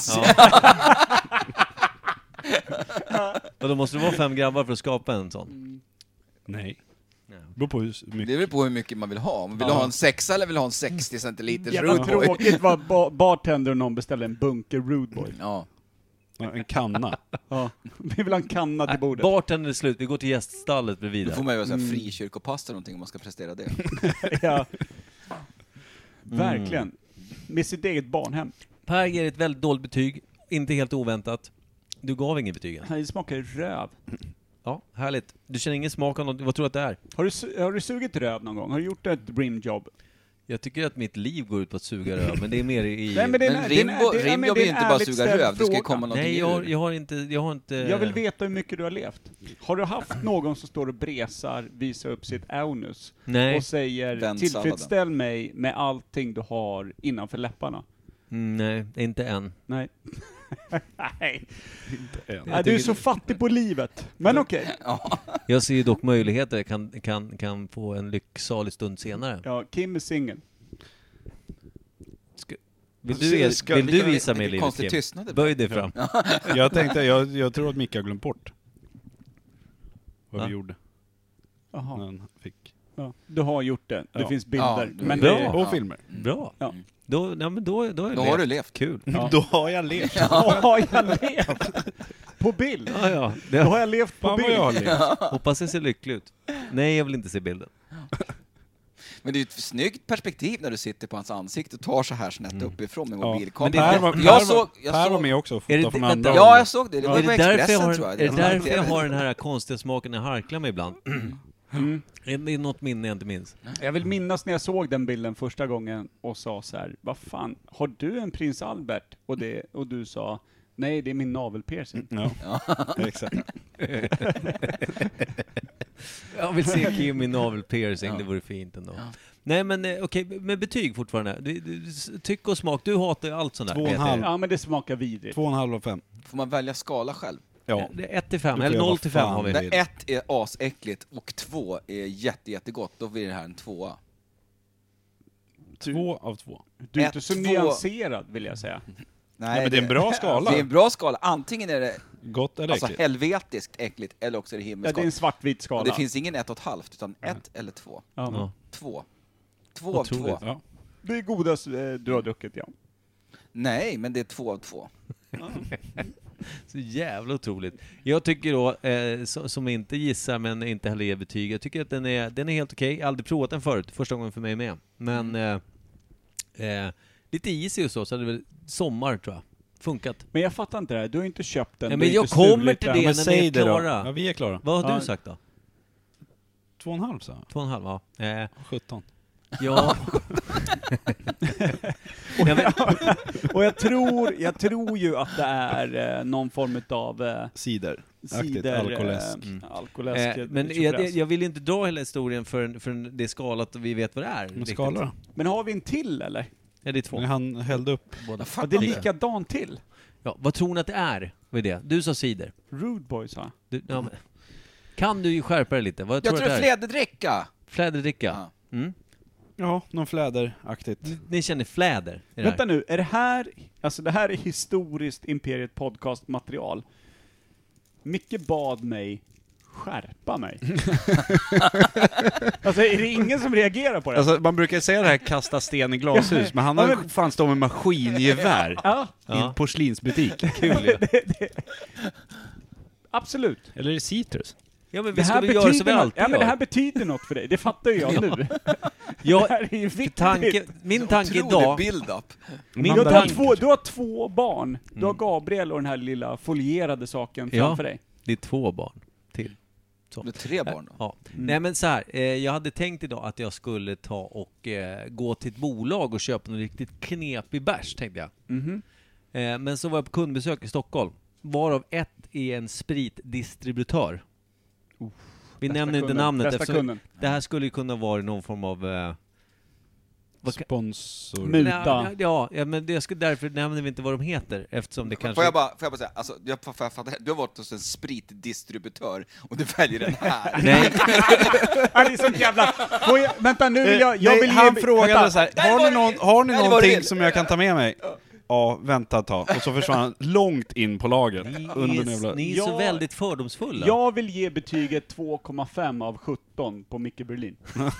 Ja. Och då måste det vara 5 grabbar för att skapa en sån. Nej. Beror på hur mycket. Det beror på hur mycket man vill ha. Man vill ha en 6 eller vill ha en 60 centiliters Jävla Rude Boy. tråkigt var bartender och någon beställde en bunker Rude Boy. Ja. En kanna. Ja, vi vill ha en kanna till bordet. Bartender är slut, vi går till gäststallet bredvid. Då där. får man ju vara frikyrkopastor eller någonting om man ska prestera det. Ja. Verkligen. Med sitt eget barnhem. Per ger ett väldigt dåligt betyg, inte helt oväntat. Du gav ingen betyg än. Det smakar röv. Ja, härligt. Du känner ingen smak av något, vad tror du att det är? Har du sugit röv någon gång? Har du gjort ett rimjob? Jag tycker att mitt liv går ut på att suga röv, men det är mer i... Nej, men det är Rimjobb är ju inte bara suga röv, det ska ju komma någonting Nej, ur. jag har inte... Jag vill veta hur mycket du har levt. Har du haft någon som står och bresar, visar upp sitt anus Nej. och säger Vänd tillfredsställ mig med allting du har innanför läpparna? Nej, inte än. Nej. Nej. Inte än. Nej, du är så fattig på livet. Men okej. Ja. Jag ser ju dock möjligheter, kan få en lycksalig stund senare. Ja, Kim är singel. Vill du visa mig livet, konstig Kim? tystnad ibland. Böj dig fram. Jag tänkte, jag tror att Micke har glömt bort vad Va? vi gjorde. Jaha. När han fick. Ja. Du har gjort det. Det Ja. finns bilder. Ja, men bra. det, Och filmer. Bra. Ja. Då har du levt. Kul. Ja. Då har jag levt. har jag levt? På bild? Ja. Då har jag levt på Fan vad bild. jag har levt. Hoppas det ser lycklig ut. Nej, jag vill inte se bilden. Men det är ju ett snyggt perspektiv när du sitter på hans ansikte och tar så här snett uppifrån med Ja. mobilkameran. Men Jag såg var med också och Är det- fotade från vänta. andra. Ja, jag såg det. Det var Är ju det på därför jag Expressen, har, tror jag. är det därför jag har den här konstiga smaken jag harklar mig ibland? Är det något minne jag inte minns? Jag vill minnas när jag såg den bilden första gången och sa så här: vad fan, har du en prins Albert? Och du sa, nej, det är min navelpiercing. Ja, exakt. Jag vill se Kim i navelpiercing, Ja. det vore fint ändå. Ja. Nej men okej, med betyg fortfarande. Tyck och smak, du hatar ju allt sånt där. 2,5. Ja, men det smakar vidrigt. 2,5 av 5. Får man välja skala själv? Ja. 1-5, Du eller får 0-5 göra har vi. vad När vill. 1 är asäckligt och 2 är jättegott, då blir det här en 2. 2 av 2. Du är inte så 1, 2. nyanserad, vill jag säga. Nej, men det är en bra skala. Det är en bra skala. Antingen är det Gott eller alltså äckligt. helvetiskt äckligt, eller också är det Ja, himmelskt det är en gott. svartvit Och skala. det finns ingen 1,5, utan 1 eller 2. Ja. Ja. 2. 2 av 2. Otroligt. Ja. Det är godast du har druckit, ja. Nej, men det är 2 av 2. Så jävla otroligt. Jag tycker då, som inte gissar men inte heller ger betyg, jag tycker att den är helt okej. Jag har aldrig provat den förut, första gången för mig med. Men lite easy och så är det väl sommar tror jag. Funkat. Men jag fattar inte det här. Du har inte köpt den. Ja, du men har jag inte kommer stulit till den. det. Men när säg ni är det då. klara. Ja, vi är klara. Vad har Ja. du sagt då? 2,5 så. 2,5, ja. 17. Ja. Ja, men, Och jag tror ju att det är någon form av Cider. cider, alkoläsk. alkoläsk. men jag vill inte dra hela historien förrän det är skalat och vi vet vad det är. Men riktigt. skala då? Men har vi en till eller? Ja, det är 2. Men han hällde upp. Båda. Ja, det är likadant till. Ja, vad tror ni att det är? Vad är det? Du sa cider. Rude Boys, va? Ja, men, kan du ju skärpa dig lite? Vad Jag tror tror du det att är det är? fläderdricka. Fläderdricka. Ja. Mm. Ja, någon fläderaktigt. Ni känner fläder i det Vänta här. nu, är det här, alltså det här är historiskt Imperiet podcast-material. Micke bad mig skärpa mig. Alltså är det ingen som reagerar på det? Alltså, man brukar säga det här kasta sten i glashus, men han har fan stått med maskingevär Ja, i en porslinsbutik. Kul ju. absolut. Eller är det citrus? Ja, men Det vi ska här väl göra som vi betyder något, alltid ja, men det här gör. betyder något för dig, det fattar ju jag nu. Ja, Det här är ju viktigt. min tanke Otrolig idag... build-up. Min Du tanke, har två barn. Du har Gabriel och den här lilla folierade saken Ja. framför dig. det är 2 barn till. Du är 3 barn då. Ja. Nej men så här, jag hade tänkt idag att jag skulle ta och gå till ett bolag och köpa en riktigt knepig bärs, tänkte jag. Mhm. Men så var jag på kundbesök i Stockholm, varav ett är en spritdistributör. Vi nämner inte namnet Bästa eftersom kunden. det här skulle ju kunna vara någon form av... Sponsor. Muta. Ja, men därför nämner vi inte vad de heter, eftersom det kanske... Får jag bara säga, alltså, jag fattar, du har varit hos en spritdistributör och du väljer den här. Nej, Ja, det är sånt jävla... Vänta, nu vill jag vill han ge... frågade vänta. så här, Nej, har ni var det någonting vill. som jag kan ta med mig? Ja, vänta ett tag. Och så försvann han långt in på laget. Ni är så väldigt fördomsfulla. Jag vill ge betyget 2,5 av 17 på Micke Berlin.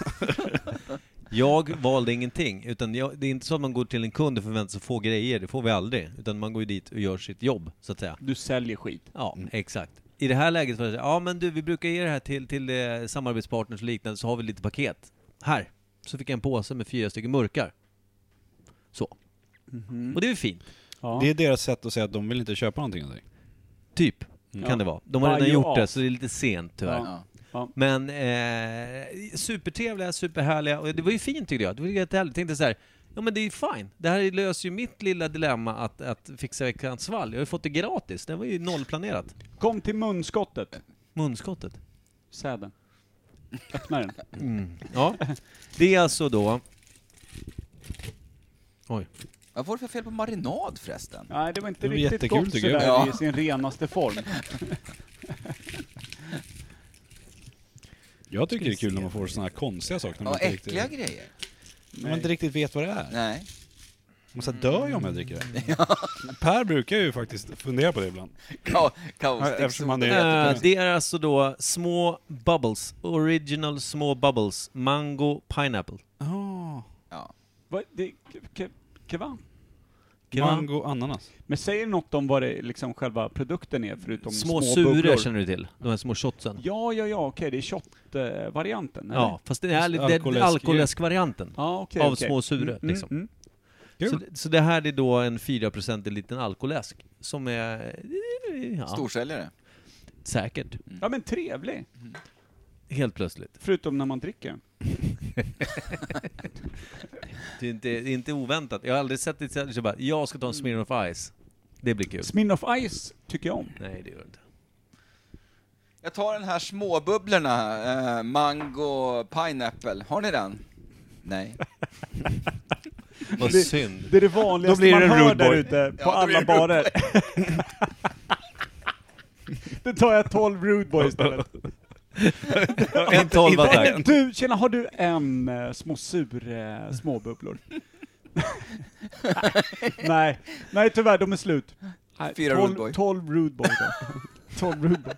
Jag valde ingenting, utan det är inte så att man går till en kund och förväntar sig få grejer, det får vi aldrig. Utan man går ju dit och gör sitt jobb, så att säga. Du säljer skit. Ja, exakt. I det här läget var det så här, ja men du, vi brukar ge det här till samarbetspartners och liknande, så har vi lite paket. Här, så fick jag en påse med 4 stycken murkar. Så. Och det är ju fint. Ja. Det är deras sätt att säga att de vill inte köpa någonting av dig. Typ, kan det vara. De har redan gjort det, så det är lite sent tyvärr. Ja. Ja. Men supertrevliga, superhärliga. Och det var ju fint tyckte jag. Det var ju jättehärligt. Jag tänkte så här, ja men det är ju fine. Det här löser ju mitt lilla dilemma att fixa veckans svalg. Jag har ju fått det gratis. Det var ju nollplanerat. Kom till munskottet. Munskottet. Säden. Öppna den. Ja. Det är alltså då... Oj. Vad var det för fel på marinad förresten? Nej, det var inte Det var riktigt jättekul, gott tycker jag. sådär Ja. i sin renaste form. Jag tycker det är kul när man får såna här konstiga saker. När man Ja, inte äckliga riktigt, grejer. när man inte riktigt vet vad det är. Nej. Man så här dör ju om jag dricker det. Per brukar ju faktiskt fundera på det ibland. Eftersom han är Det är alltså då små bubbles. Original små bubbles. Mango pineapple. Ja. Vad? Det... Keva? Mango ananas. Men säger något om vad det liksom själva produkten är förutom Små bubblor? suror känner du till. De här små shotsen. Ja, okej, det är shot-varianten, eller? Ja, fast det är lite Alkoläsk- alkoläsk-varianten. Ja, okej. Av små suror, liksom. Så det här är då en 4% liten alkoläsk. Som är... Ja, Storsäljare. säkert. Ja, men trevlig. Helt plötsligt. Förutom när man dricker. Det är inte oväntat. Jag har aldrig sett det så bara, jag ska ta en Smirnoff Ice. Det blir kul. Smirnoff Ice tycker jag om. Nej, det gör det inte. Jag tar den här småbubblorna. Mango pineapple. Har ni den? Nej. Vad synd. Det är det vanligaste Då blir det man en hör Rude där Boy. ute på Ja, då alla blir det barer. Då tar jag 12 Rude Boy istället. En 12 tack. Du, tjena, har du en småbubblor? Nej, tyvärr, de är slut. Nej, 4 Rude Boy. 12 Rude Boy då. 12 Rude Boy.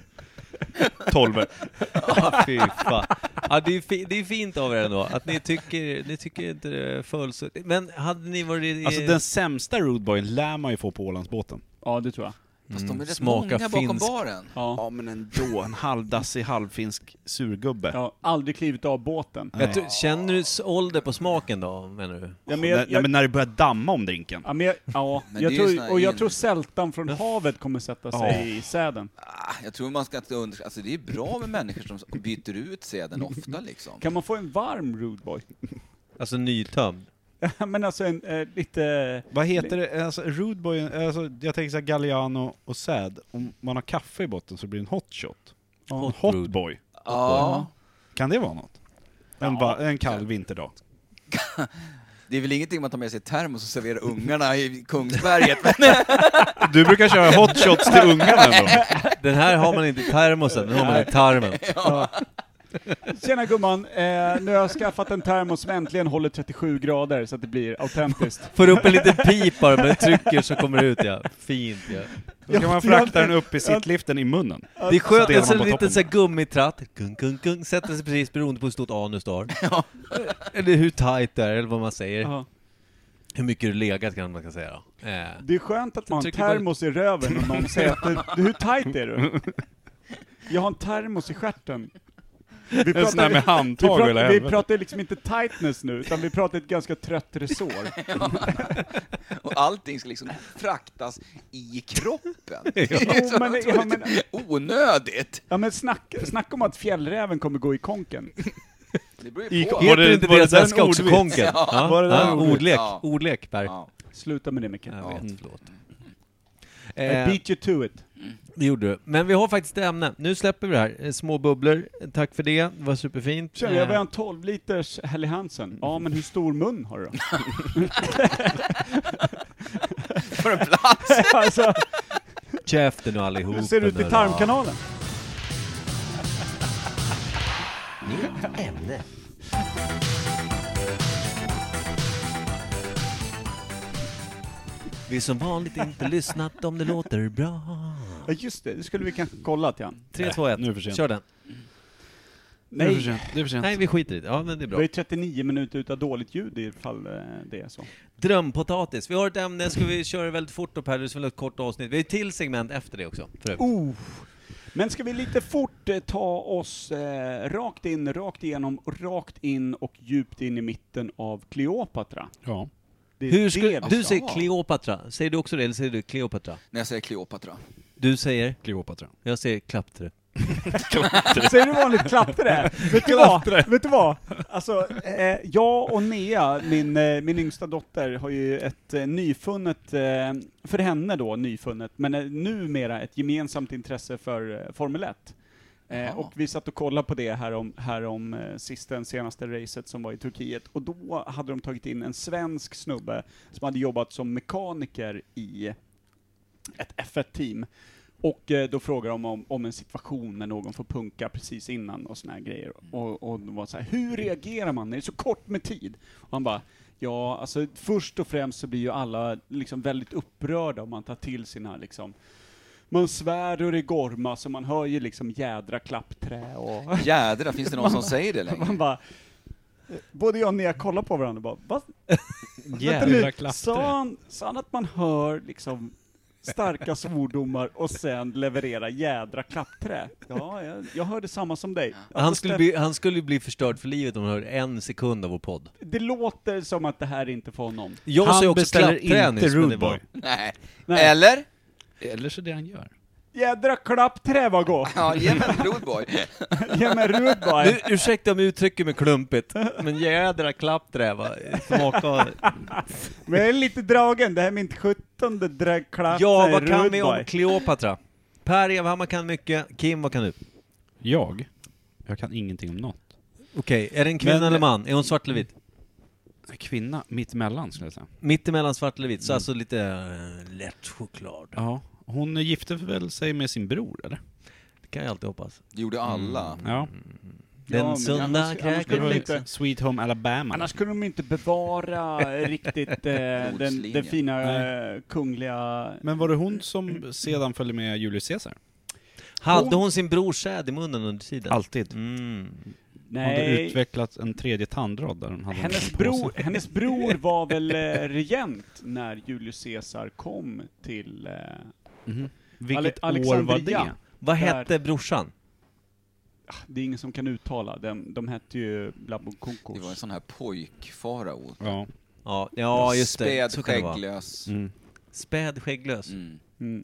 12. Ja, fy fan. Ja, det är fint av er ändå. Att ni tycker inte det är fullt. Men hade ni varit... Alltså den sämsta Rudeboyen lär man ju få på Ålandsbåten. Ja, det tror jag. Fast de är rätt smaka många bakom finsk. baren. Ja. Ja, men ändå. En halvdassig halvfinsk surgubbe. Jag har aldrig klivit av båten. Känner du ålder på smaken då, menar du? Ja, Nej, men när det börjar damma om drinken. men Men jag det är ju såna tror, här tror sältan från havet kommer sätta sig i säden. Jag tror man ska inte alltså det är bra med människor som byter ut säden ofta liksom. Kan man få en varm Rude Boy? Alltså nytömd. Men alltså en lite... Vad heter det? Alltså, Rudeboy, alltså, jag tänker så här Galliano och säd. Om man har kaffe i botten så blir det en hot shot. En hot boy. Ja. Kan det vara något? En kall vinterdag. Det är väl ingenting man tar med sig i termos och serverar ungarna i Kungsberget. Du brukar köra hot shots till ungarna ändå. Den här har man inte i termosen, den har man i tarmen. Ja. Tjena gumman, nu har jag skaffat en termos som äntligen håller 37 grader så att det blir autentiskt. Får upp en liten pip bara med trycker så kommer det ut, ja. Fint, ja. Då ska man frakta den upp i sittliften i munnen. Det är skönt, delar man en på liten toppen. så här gummitratt. Gung, gung, gung. Sätter sig precis beroende på hur stort anus du har. Eller hur tight det är, eller vad man säger. Ja. Hur mycket du legat kan man kan säga då. Det är skönt att man har en Trycker på- termos i röven och någon säger att hur tight är du? Jag har en termos i stjärten. En sån här med handtag eller vi helvete. pratar liksom inte tightness nu, utan vi pratar ett ganska trött resår. Och allting ska liksom fraktas i kroppen. Jo, men Onödigt. Ja, men snack om att fjällräven kommer gå i konken. Det beror ju på. Heter det- inte var det det där en svenska också, ordvits? konken? Ja. Var det där en ordlek. Ja. Ordlek, Per. Ja. Sluta med det, Micke. Jag vet, förlåt. I beat you to it. Det gjorde du. Men vi har faktiskt ett ämne. Nu släpper vi det här. Små bubblor. Tack för det. Det var superfint. Känner jag vill ha en 12 liters Helly Hansen. Ja, men hur stor mun har du då? Får en plats. Alltså, Käften nu allihop. hur ser det ut i tarmkanalen? Ämne. Vi som vanligt inte lyssnat om det låter bra. Ja, just det skulle vi kanske kolla till han. 3, 2, 1. Nu är det för sent. Kör den. Det är för Nej, sent. Det är för sent. Nej, vi skiter i det. Ja, men det är det bra. var ju 39 minuter utav dåligt ljud ifall det är så. Drömpotatis. Vi har ett ämne, ska vi köra väldigt fort upp här, det är väl ett kort avsnitt. Vi har ett till segment efter det också. Men ska vi lite fort ta oss rakt igenom, rakt in och djupt in i mitten av Kleopatra? Ja. Det är Hur ska, det- du säger Kleopatra. Säger du också det, eller säger du Kleopatra? När jag säger Kleopatra. Du säger? Kleopatra. Jag säger Klaptre. Säger du vanligt klaptre? Vet du vad? Alltså, jag och Nea, min yngsta dotter, har ju ett nyfunnet, för henne då nyfunnet, men numera ett gemensamt intresse för Formel 1. Och vi satt och kollade på det härom senaste racet som var i Turkiet, och då hade de tagit in en svensk snubbe som hade jobbat som mekaniker i ett F1-team. Och då frågar de om en situation när någon får punka precis innan och såna här grejer. Och de var så här, hur reagerar man när det är så kort med tid? Och han bara, ja, alltså först och främst så blir ju alla liksom väldigt upprörda om man tar till sina liksom, man svär och det gorma, så man hör ju liksom jädra klappträ och... Jädra, finns det någon som säger det längre? Man bara, både jag och Nea kollar på varandra och bara, va? Jävla klappträ. Sa han att man hör liksom starka svordomar och sen leverera jädra klappträ? Ja, jag hörde samma som dig. Han skulle bli förstörd för livet om han hör 1 sekund av vår podd. Det låter som att det här inte får honom. Jag Han säger också beställer klappträ inte nyss, men det Rude var... Boy. Nej. Nej. Eller? Eller så det han gör. Jädra klappträ var gå! Ja, ge mig en Roadboy. Ge mig Rudboy! Nu, ursäkta om jag uttrycker mig klumpigt, men jädra klappträ va? Smaka. Men jag är lite dragen, det här är min 17:e klapp. Ja, vad kan vi om Kleopatra? Per Evhammar kan mycket, Kim, vad kan du? Jag kan ingenting om något. Okej, är det en kvinna Men- eller man? Är hon svart eller vit? Kvinna, mitt emellan skulle jag säga. Mitt emellan svart eller vit, så alltså lite lätt choklad. Ja. Hon gifte väl sig med sin bror, eller? Det kan jag alltid hoppas. Det gjorde alla. Ja. Den men sunda annars Det skulle var de kräken. inte- Sweet Home Alabama. Annars kunde de inte bevara riktigt den Blodslinjen. fina Nej. kungliga... Men var det hon som sedan följde med Julius Caesar? Hade hon sin brors säd i munnen under tiden? Alltid. Mm. Hon hade Nej, utvecklat en tredje tandrad där hon hade hennes bror var väl regent när Julius Caesar kom till... Vilket år Alexandria. var det? Vad Där- hette brorsan? Det är ingen som kan uttala, de hette ju Blabokonkos. Det var en sån här pojkfarao. Ja. Ja, just det. Späd, Så kan det vara. skägglös. Späd, skägglös. Mm.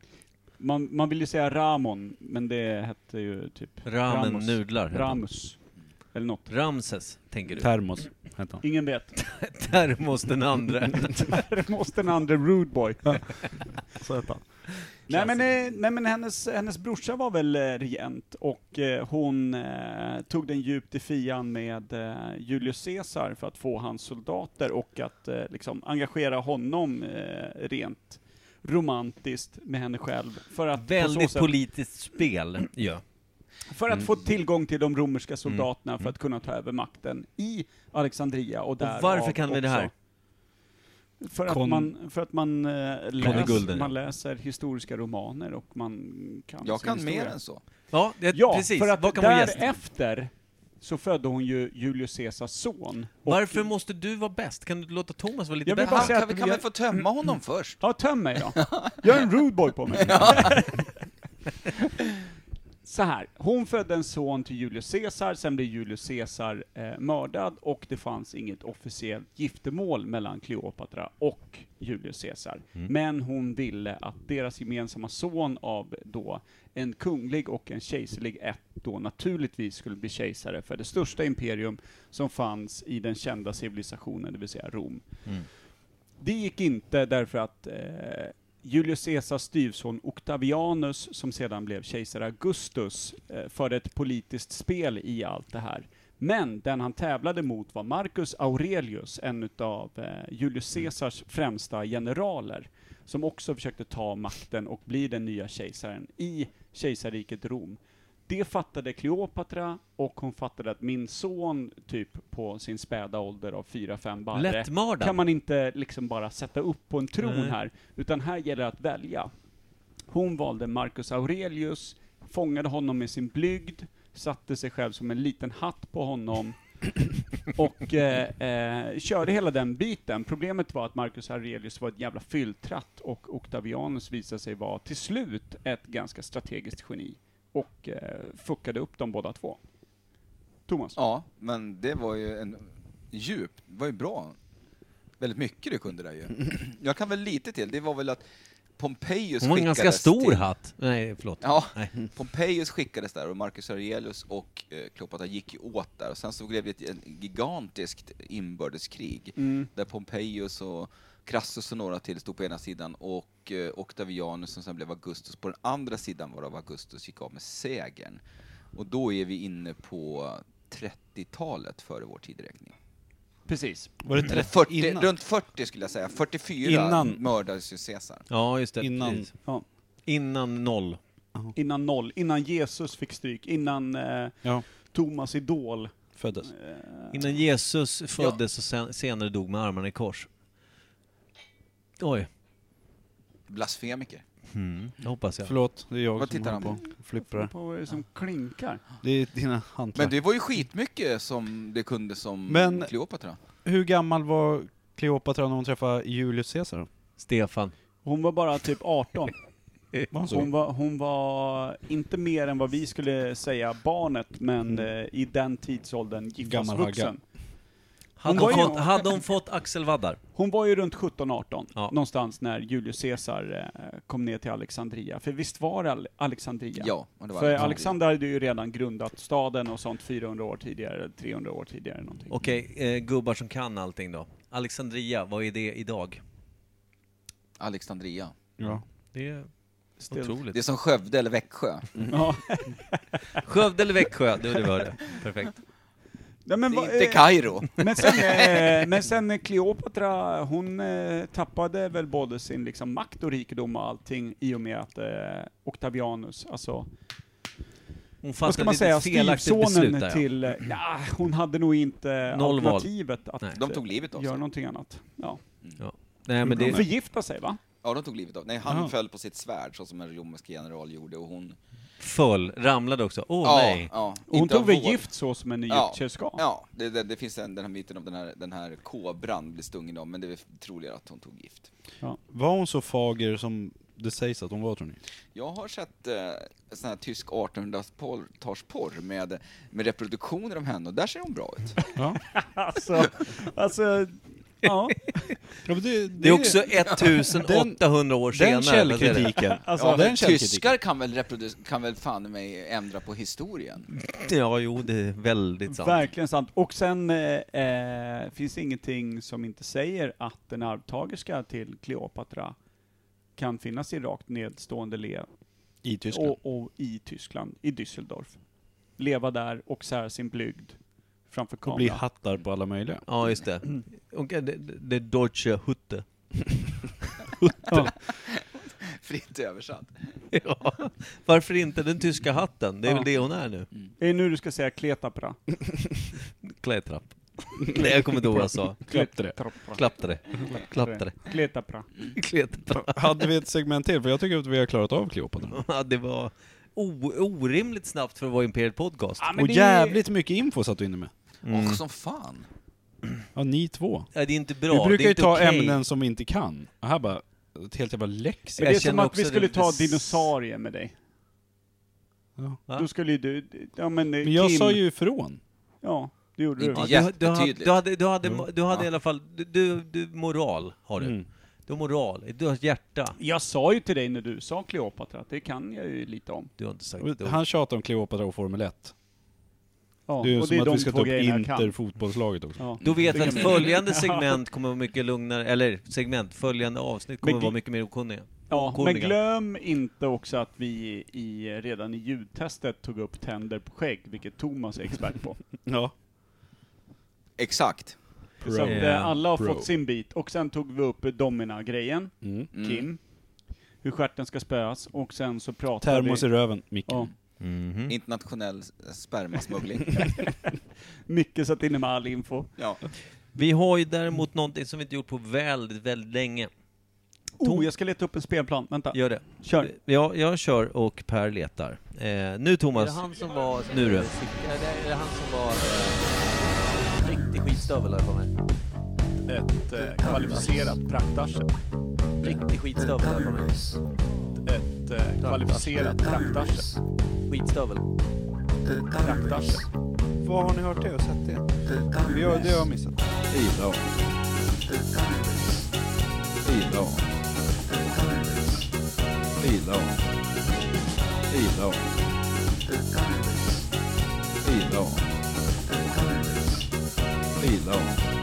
Man vill ju säga Ramon, men det hette ju typ Ramen Ramos. nudlar. heter han. Ramus. Eller något. Ramses, tänker du. Termos hette han. Ingen vet. Termos den andra. Där måste den andra Rude Boy. Så hette han. Nej men hennes brorsa var väl regent, och hon tog den djupt i fian med Julius Caesar för att få hans soldater och att liksom engagera honom rent romantiskt med henne själv. För att, på så Väldigt sätt, politiskt spel. Ja. för att få tillgång till de romerska soldaterna för att kunna ta över makten i Alexandria. Och, Och varför kan vi det här? För att man läser historiska romaner och man kan Jag sin kan historia. mer än så. Ja, Ja, precis. för att Vad kan vara gäst? därefter så födde hon ju Julius Caesars son. Och- Varför måste du vara bäst? Kan du låta Thomas vara lite Jag vill bättre? bara säga Kan att vi kan väl få tömma honom först? Ja, töm mig då. Jag är en rude boy på mig. Så här, hon födde en son till Julius Caesar, sen blev Julius Caesar mördad, och det fanns inget officiellt giftermål mellan Kleopatra och Julius Caesar. Men hon ville att deras gemensamma son av då en kunglig och en kejserlig ett då naturligtvis skulle bli kejsare för det största imperium som fanns i den kända civilisationen, det vill säga Rom. Det gick inte därför att Julius Caesars styvson Octavianus, som sedan blev kejsare Augustus, förde ett politiskt spel i allt det här. Men den han tävlade mot var Marcus Aurelius, en av Julius Caesars främsta generaler, som också försökte ta makten och bli den nya kejsaren i kejsarriket Rom. Det fattade Kleopatra, och hon fattade att min son typ på sin späda ålder av 4-5 barre Lättmördad. kan man inte liksom bara sätta upp på en tron Nej. här, utan här gäller det att välja. Hon valde Marcus Aurelius, fångade honom med sin blygd, satte sig själv som en liten hatt på honom och körde hela den biten. Problemet var att Marcus Aurelius var ett jävla fylltratt, och Octavianus visade sig vara till slut ett ganska strategiskt geni och fuckade upp dem båda två. Thomas? Ja, men det var ju en djup, det var ju bra. Väldigt mycket du kunde där ju. Jag kan väl lite till, det var väl att Pompejus Hon var en ganska skickades stor till... hatt. Nej, förlåt. Ja, Nej. Pompejus skickades där och Marcus Aurelius och Kleopatra gick ju åt där. Och sen så blev det ett gigantiskt inbördeskrig där Pompejus och Crassus och några till stod på ena sidan och Octavianus som sen blev Augustus på den andra sidan, varav Augustus gick av med segern. Och då är vi inne på 30-talet före vår tideräkning. Precis. Var det Eller 30 40, innan? runt 40 skulle jag säga. 44 Innan. mördades ju Caesar. Ja, just det. Innan. Precis. Ja. Innan 0. Innan 0, innan Jesus fick stryk, innan Ja, Thomas idol. föddes. Innan Jesus föddes och senare dog med armarna i kors. Oj. Blasfemiker. Det hoppas jag. Förlåt, det är jag Vad som tittar håller han på och flipprar. På vad är det som klinkar? Det är dina hantlar. Men det var ju skitmycket som det kunde som Men- Kleopatra. Hur gammal var Kleopatra när hon träffade Julius Caesar då? Stefan. Hon var bara typ 18. Var hon så? Hon var inte mer än vad vi skulle säga barnet, men i den tidsåldern Gammal hagga. giftasvuxen. Hade hon fått axelvaddar? Hon var ju runt 17-18, Ja. någonstans när Julius Caesar kom ner till Alexandria. För visst var det Alexandria? Ja, och det var För Alexander hade ju redan grundat staden och sånt 400 år tidigare, 300 år tidigare någonting. Okej, gubbar som kan allting då. Alexandria, vad är det idag? Alexandria. Ja. Det är Still. otroligt. Det är som Skövde eller Växjö. Ja. Skövde eller Växjö, det var det. Perfekt. Nej, men Det är inte Kairo. men sen Kleopatra, hon tappade väl både sin liksom makt och rikedom och allting i och med att Octavianus, alltså Hon vad ska fattade man säga, ett felaktigt beslut styvsonen där. till, hon hade nog inte Noll val. alternativet att Nej. De tog livet av göra sig. någonting annat. Ja. Nej, men det... Förgifta sig, va? Ja, de tog livet av. Nej, han Aha. föll på sitt svärd så som en romersk general gjorde och hon... ramlade också. Nej. Ja, Och hon inte tog av väl vård. gift så som en Ja. egyptier ska? Ja, det finns den här myten om den här kobran blir stungen av, men det är troligare att hon tog gift. Var hon så fager som det sägs att hon var, tror ni? Jag har sett sån här tysk 1800-talsporr med reproduktioner av henne och där ser hon bra ut. Ja. Alltså, ja. Ja, men Det är också 1800 år senare. Den källkritiken. Alltså, Ja, den men källkritiken. tyskar kan väl fan mig ändra på historien. Ja, jo, det är väldigt sant. Verkligen sant. Och sen finns det ingenting som inte säger att en arvtagerska till Kleopatra kan finnas i rakt nedstående I Tyskland. och i Tyskland, i Düsseldorf. Leva där och sära sin blygd framför Och bli kameran. hattar på alla möjliga. Ja, just det. Och det Deutsche Hutte. Fritt översatt. Ja. Varför inte den tyska hatten? Det är väl det hon är nu. Är det nu du ska säga Kleopatra? Klätrapp. Nej, jag kommer inte ihåg vad jag sa. Klättre. Klapptare. Klapptare. Kleopatra. Klätrapp. Hade vi ett segment till? För jag tycker att vi har klarat av Kleopatra. Ja, det var orimligt snabbt för att vara Imperiet Podcast. Ja, men Och det- jävligt mycket info satt du inne med. Och som fan. Ja, ni två. Ja, det är inte bra. Vi det brukar är ju inte ta okej. ämnen som vi inte kan. Det här bara ett helt jävla läx. Men det är Jag som känner att vi också skulle det- ta dinosaurier med dig. Ja. Va? Då skulle ju du... Ja, men, Men jag Kim, sa ju ifrån. Ja, det gjorde du. Inte Ja, jättetydligt. du hade i alla fall... Du moral har du. Mm. Du har moral. Du har ett hjärta. Jag sa ju till dig när du sa Kleopatra att det kan jag ju lite om. Du har inte sagt det. Han tjatar om Kleopatra och Formel 1. Ja, Det är ju och som det är att de vi ska två ta upp grejerna jag kan. Inter-fotbollslaget också. Ja. Då vet vi att Det- följande segment kommer vara mycket lugnare, eller följande avsnitt kommer Men- vara mycket mer okunniga. Ja, men Okunniga. glöm inte också att vi redan i ljudtestet tog upp tänder på skägg, vilket Thomas är expert på. Ja. Exakt. Så att, Yeah. alla har Pro. fått sin bit. Och sen tog vi upp Domina-grejen, Mm. Mm. Kim. Hur stjärten ska spöas. Och sen så pratade Termos i vi... röven, Micke. Ja. Internationell spermasmuggling. Micke satt inne med all info. Ja. Vi har ju däremot någonting som vi inte gjort på väldigt, väldigt länge. Jag ska leta upp en spelplan. Vänta. Gör det. Kör. Ja, jag kör och Per letar. Nu Thomas. Är det han som var... Nu du. Är det han som var... riktig skitstövel här på mig? Ett kvalificerat praktarsel. Riktig skitstövel här på mig? Ett kvalificerat praktarsel. Skitstövel. Praktarsel. Vad har ni hört det och sett det? Det har jag missat. Ila. Ila. Ila. Ila. Ila. Ila.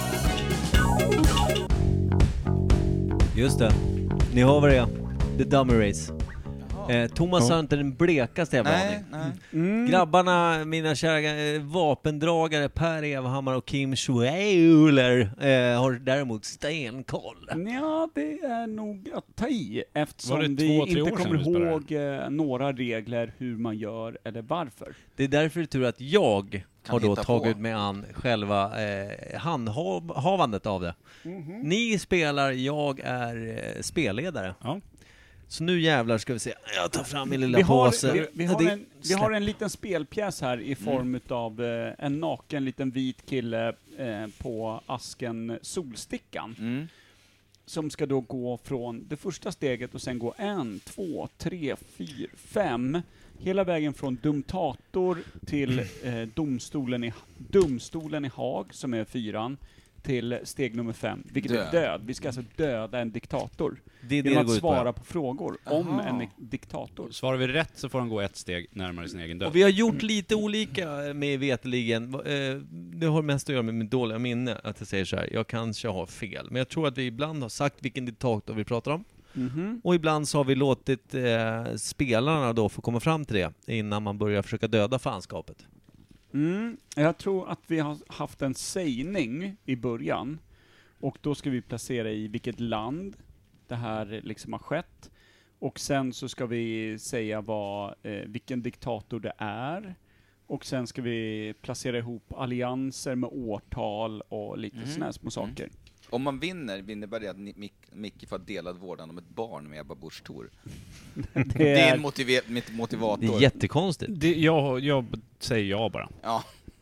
Just det. Ni har vad det är. The Dummy Race. Thomas har inte den blekaste jävla aning. Nej. Grabbarna, mina kära vapendragare Per Evhammar och Kim Schuyler har däremot stenkoll. Ja, det är nog att ta i, eftersom Var det vi 2-3 inte år sedan kommer vi spelade? ihåg några regler hur man gör eller varför. Det är därför det är tur att jag har då hitta tagit på. mig an själva handhavandet av det. Ni spelar, jag är spelledare. Ja. Så nu jävlar ska vi se. Jag tar fram min lilla Vi har, påse. vi har en liten spelpjäs här i form av en naken liten vit kille på asken Solstickan. Som ska då gå från det första steget och sen gå 1, 2, 3, 4, 5. Hela vägen från Dumtator till domstolen i Haag, som är 4, till steg nummer 5, vilket är död. Vi ska alltså döda en diktator. Det är det genom det går att ut på. svara på frågor om en diktator. Svarar vi rätt så får han gå ett steg närmare sin egen död. Och vi har gjort lite olika med veteligen. Det har mest att göra med mitt dåliga minne, att jag säger så här. Jag kanske har fel, men jag tror att vi ibland har sagt vilken diktator vi pratar om. Och ibland så har vi låtit spelarna då få komma fram till det innan man börjar försöka döda fanskapet. Jag tror att vi har haft en sägning i början, och då ska vi placera i vilket land det här liksom har skett, och sen så ska vi säga vilken diktator det är, och sen ska vi placera ihop allianser med årtal och lite såna här små saker. Om man vinner det att Micke får delad vårdnad om ett barn med Ebba Busch Thor. Det är en motivator. Det är jättekonstigt. Jag säger ja bara. Ja.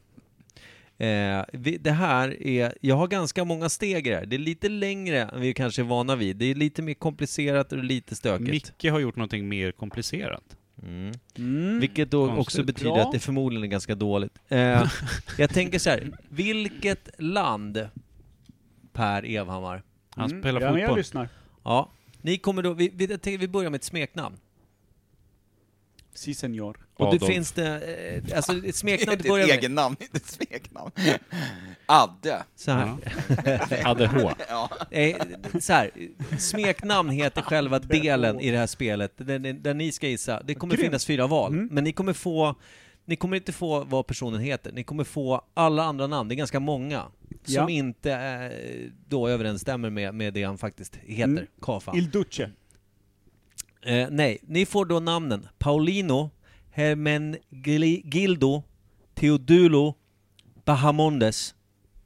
Det här är... Jag har ganska många steg här. Det är lite längre än vi kanske är vana vid. Det är lite mer komplicerat och lite stökigt. Micke har gjort någonting mer komplicerat. Vilket då Konstigt. också betyder att det förmodligen är ganska dåligt. Jag tänker så här. Vilket land, Per Evhammar? Han spelar Ja, men jag fotboll. lyssnar. Ja. Ni kommer då... Vi börjar med ett smeknamn. Si, senor. Och det Adolf. finns det... alltså ett smeknamn Det är börjar ett med... egen namn, inte ett smeknamn. Adde. Så här. ADH. Ja. Så här, smeknamn heter själva delen i det här spelet där ni ska gissa. Det kommer finnas 4 val, men ni kommer inte få vad personen heter. Ni kommer få alla andra namn, det är ganska många som inte då överensstämmer med det han faktiskt heter, Kafan. Il Duce. Nej, ni får då namnen Paulino Hermenegildo Teodulo Bahamondes.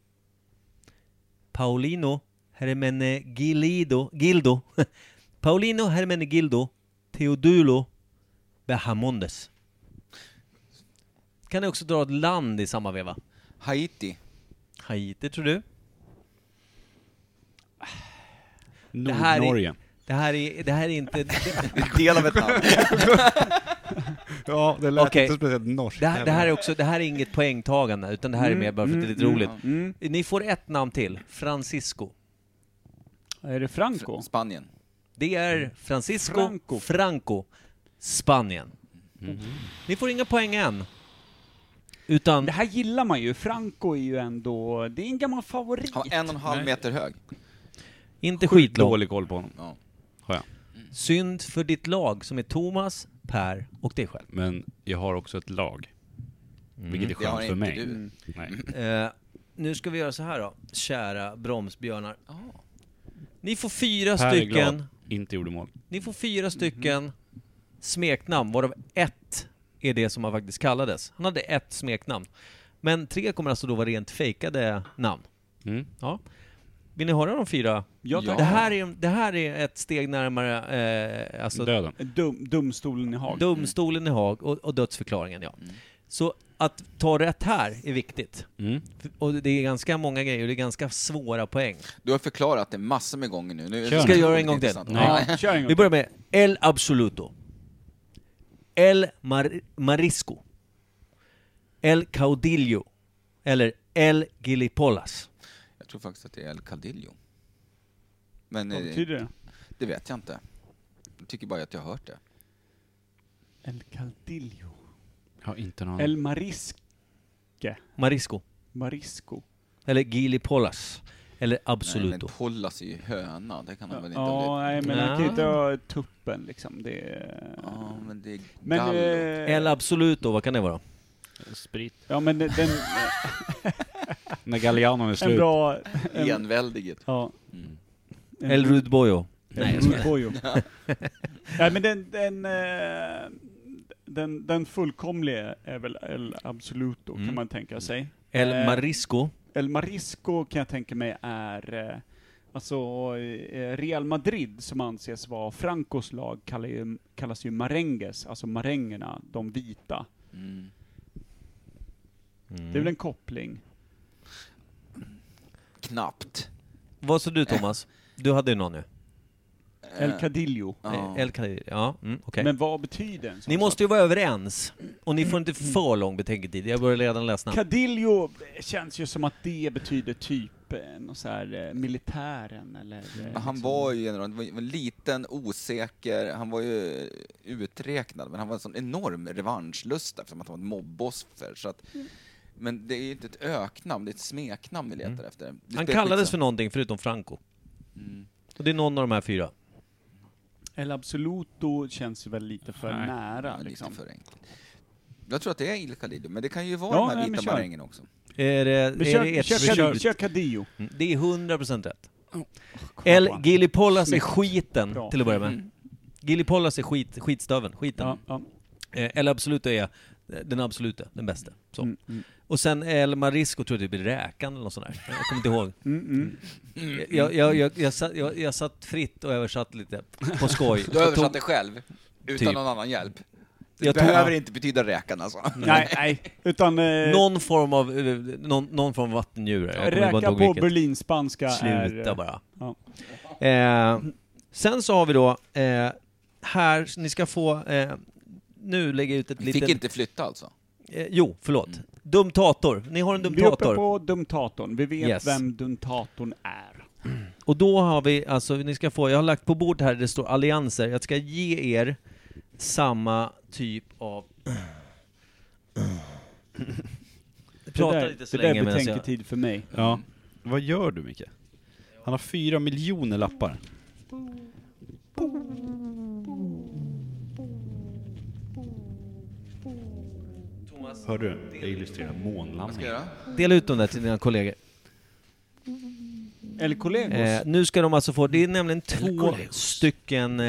Paulino Hermenegildo Paulino Hermenegildo Teodulo Bahamondes. Kan ni också dra ett land i samma veva? Haiti. Haiti, tror du? Nordnorge. Det här är inte... Del av ett namn. Ja, det lät Okej. inte speciellt norskt. Det här är inget poängtagande, utan det här är mer bara för att det är lite roligt. Ni får ett namn till. Francisco. Är det Franco? Spanien. Det är Francisco Franco, Spanien. Ni får inga poäng än. Utan... Det här gillar man ju. Franco är ju ändå... Det är en gammal favorit. Han var 1,5 meter hög. Inte skitlång. Dålig koll på honom. Ja. Har jag. Synd för ditt lag som är Thomas, Per och dig själv. Men jag har också ett lag. Vilket är Det har skönt för inte mig. du. Nej. Nu ska vi göra så här då, kära bromsbjörnar. Ni får 4 Per är stycken. glad. Inte gjorde mål. Ni får 4 stycken smeknamn, varav ett är det som han faktiskt kallades. Han hade ett smeknamn. Men 3 kommer alltså då vara rent fejkade namn. Ja. Vill ni höra de 4? Ja, Ja. Det här är ett steg närmare alltså Döden. Domstolen i Haag. domstolen i Haag och dödsförklaringen, ja. Så att ta rätt här är viktigt. Och det är ganska många grejer och det är ganska svåra poäng. Du har förklarat det massor med gånger nu. Ska jag göra en gång till? Ja, kör en gång. Vi börjar med El Absoluto, El Marisco, El Caudillo eller El Gilipollas. Jag tror faktiskt att det är El Caudillo. Men Vad betyder det? det vet jag inte. Jag tycker bara att jag har hört det. El Caudillo. Jag har inte någon... El Marisque. Marisco. Marisco. Eller Gilipollas. Eller Nej, Absoluto. men Pollas är ju höna. Det kan man väl inte Ja, ha nej, men han kan ju inte ha tuppen liksom. Det Ja, men det är men, gallo. El Absoluto, vad kan det vara? Sprit. ja, men den När Galliano är en slut. bra... Enväldighet. Ja. El Rudboyo. Nej, Bojo. Nej, men den fullkomliga är väl El Absoluto, kan man tänka sig. El Marisco. El Marisco kan jag tänka mig är Real Madrid, som anses vara Francos lag, kallas ju marenges, alltså marängerna, de vita. Det är väl en koppling. Knappt. Vad sa du, Thomas? Du hade ju någon nu. El Cadillo. Ja. El Caudillo. Ja, okej. Men vad betyder en sån Ni sak? måste ju vara överens. Och ni får inte för lång betänketid. Jag börjar redan läsa. Cadillo känns ju som att det betyder typ någon så här militären eller... Han var ju en liten, osäker, han var ju uträknad, men han var en sån enorm revanschlust eftersom att han var ett mobboffer. Så att, men det är ju inte ett öknamn, det är ett smeknamn vi letar efter. Han kallades för någonting förutom Franco. Och det är någon av de här 4. El Absoluto känns väl lite för nära. Ja, Liksom. lite för enkelt. Jag tror att det är El Caudillo, men det kan ju vara Ja, de här nej, men vita kör. marängerna också. Är det Kör Cadillo. Det är 100% rätt. El Gilipollas är skiten Bra. till att börja med. Gilipollas är skitstöven, skiten. Ja, ja. El Absoluto är den absoluta, den bästa. Så. Och sen El Marisco tror jag det blir räkan eller något sånt där. Jag kommer inte ihåg. Jag satt fritt och översatt lite på skoj. Du översatte själv, utan Typ. någon annan hjälp. Det Jag behöver inte betyda räkan alltså. Nej, utan... någon form av vattendjur. räka på berlinspanska Sluta är... bara. Ja. Sen så har vi då här, ni ska få nu lägga ut ett Vi litet... fick inte flytta alltså? Jo, förlåt. Dumtator. Ni har en Vi är uppe dumtator. på dumtatorn. Vi vet Yes. vem dumtatorn är. Och då har vi, alltså ni ska få, jag har lagt på bord här, det står allianser. Jag ska ge er samma typ av... Prata lite så det där länge medan jag... betänketid för mig. Ja. Vad gör du, Micke? Han har 4 miljoner lappar. Hör du? Jag illustrerar Vad ska månlandning. jag göra? Dela ut dem där till dina kollegor. Eller kollegor. Nu ska de alltså få, det är nämligen 2 stycken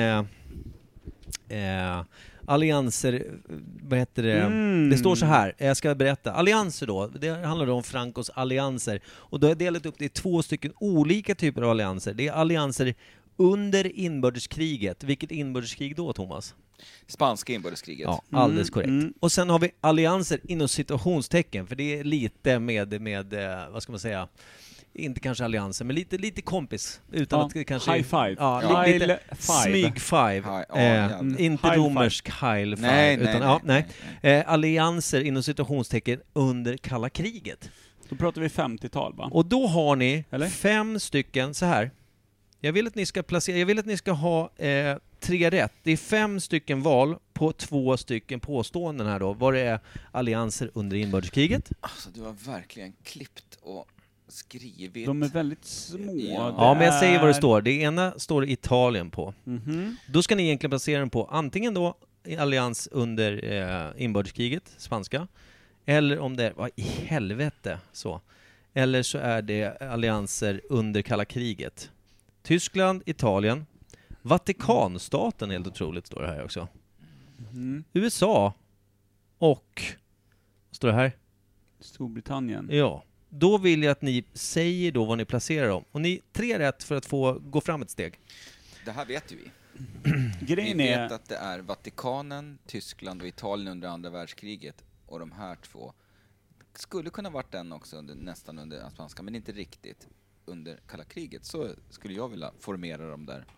allianser, vad heter det? Det står så här, jag ska berätta. Allianser då, det handlar då om Francos allianser. Och då har jag delat upp det i 2 stycken olika typer av allianser. Det är allianser under inbördeskriget. Vilket inbördeskrig då, Thomas? Spanska inbördeskriget. Ja, alldeles korrekt. Och sen har vi allianser inom situationstecken, för det är lite med vad ska man säga, inte kanske allianser, men lite kompis. Utan att det kanske... High five. Ja, High lite five. smyg five. Inte High romersk high five. Nej. Allianser inom situationstecken under kalla kriget. Då pratar vi 50-tal, va? Och då har ni Eller? 5 stycken, så här. Jag vill att ni ska ha 3 rätt. Det är 5 stycken val på 2 stycken påståenden här då. Vad det är allianser under inbördeskriget. Alltså, du har verkligen klippt och skrivit. De är väldigt små. Ja, men jag säger vad det står. Det ena står Italien på. Då ska ni egentligen placera den på antingen då allians under inbördeskriget, spanska. Eller om det är, vad i helvete så. Eller så är det allianser under kalla kriget. Tyskland, Italien, Vatikanstaten, helt otroligt står det här också. USA, och... Står det här? Storbritannien. Ja. Då vill jag att ni säger då vad ni placerar dem. Och ni 3 rätt för att få gå fram ett steg. Det här vet ju vi. Grejen Vi är... vet att det är Vatikanen, Tyskland och Italien under andra världskriget. Och de här 2 skulle kunna varit den också nästan under spanska, men inte riktigt under kalla kriget. Så skulle jag vilja formera dem där.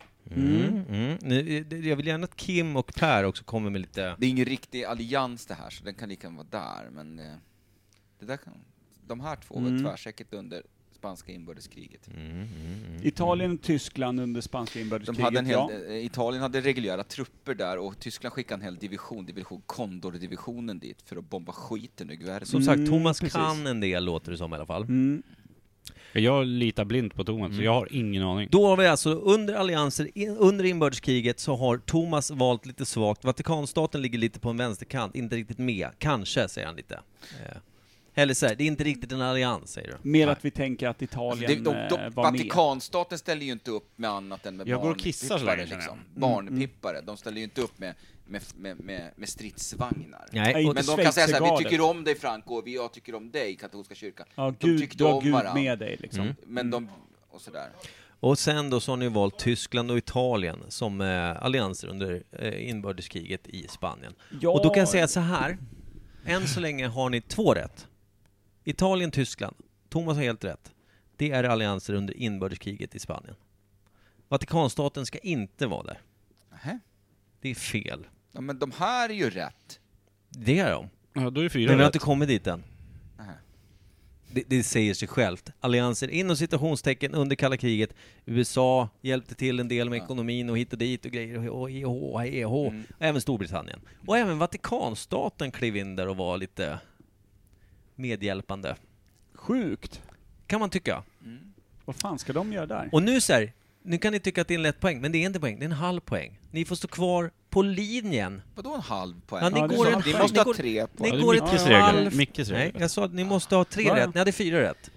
Jag vill gärna att Kim och Per också kommer med lite... Det är ingen riktig allians det här, så den kan lika vara där. Men det där kan... De här 2 var tvärsäkert under spanska inbördeskriget. Italien och Tyskland under spanska inbördeskriget. Italien hade reguljära trupper där och Tyskland skickade en hel division Condor-divisionen dit för att bomba skiten ur Guerra. Som sagt, Thomas kan en del, låter det som i alla fall. Jag litar blint på Thomas, så jag har ingen aning. Då har vi alltså under allianser, under inbördeskriget så har Thomas valt lite svagt. Vatikanstaten ligger lite på en vänsterkant, inte riktigt med. Kanske, säger han lite. Eller så här, det är inte riktigt en allians, säger du. Mer att vi tänker att Italien var med. Vatikanstaten ställer ju inte upp med annat än med jag går och kissar så länge, liksom. Barnpippare. De ställer ju inte upp med stridsvagnar. Nej. Men de kan säga så här: vi tycker om dig Franco och jag tycker om dig, katolska kyrkan. Ja, de tyckte om Gud varandra. med dig liksom. Men de och sådär. Och sen då så har ni valt Tyskland och Italien som allianser under inbördeskriget i Spanien. Ja. Och då kan jag säga så här. Än så länge har ni 2 rätt. Italien, Tyskland. Thomas har helt rätt. Det är allianser under inbördeskriget i Spanien. Vatikanstaten ska inte vara där. Nähä. Det är fel. Ja, men de här är ju rätt. Det är de. Ja, då är det 4 Men vi har rätt. inte kommit dit än. Nähä. Det säger sig självt. Allianser inom citationstecken under kalla kriget. USA hjälpte till en del med ekonomin och hit och dit och grejer. Och även Storbritannien. Och även Vatikanstaten klev in där och var lite medhjälpande. Sjukt. Kan man tycka. Vad fan ska de göra där? Och nu så här, nu kan ni tycka att det är en lätt poäng, men det är inte poäng, det är en halv poäng. Ni får stå kvar på linjen. Vadå en halv poäng? Ja, ni måste ha 3 poäng. Ni går ett Mickes regler. halvt... Mickes regler. Nej, jag sa att ni måste ha 3 rätt. Ni hade 4 rätt.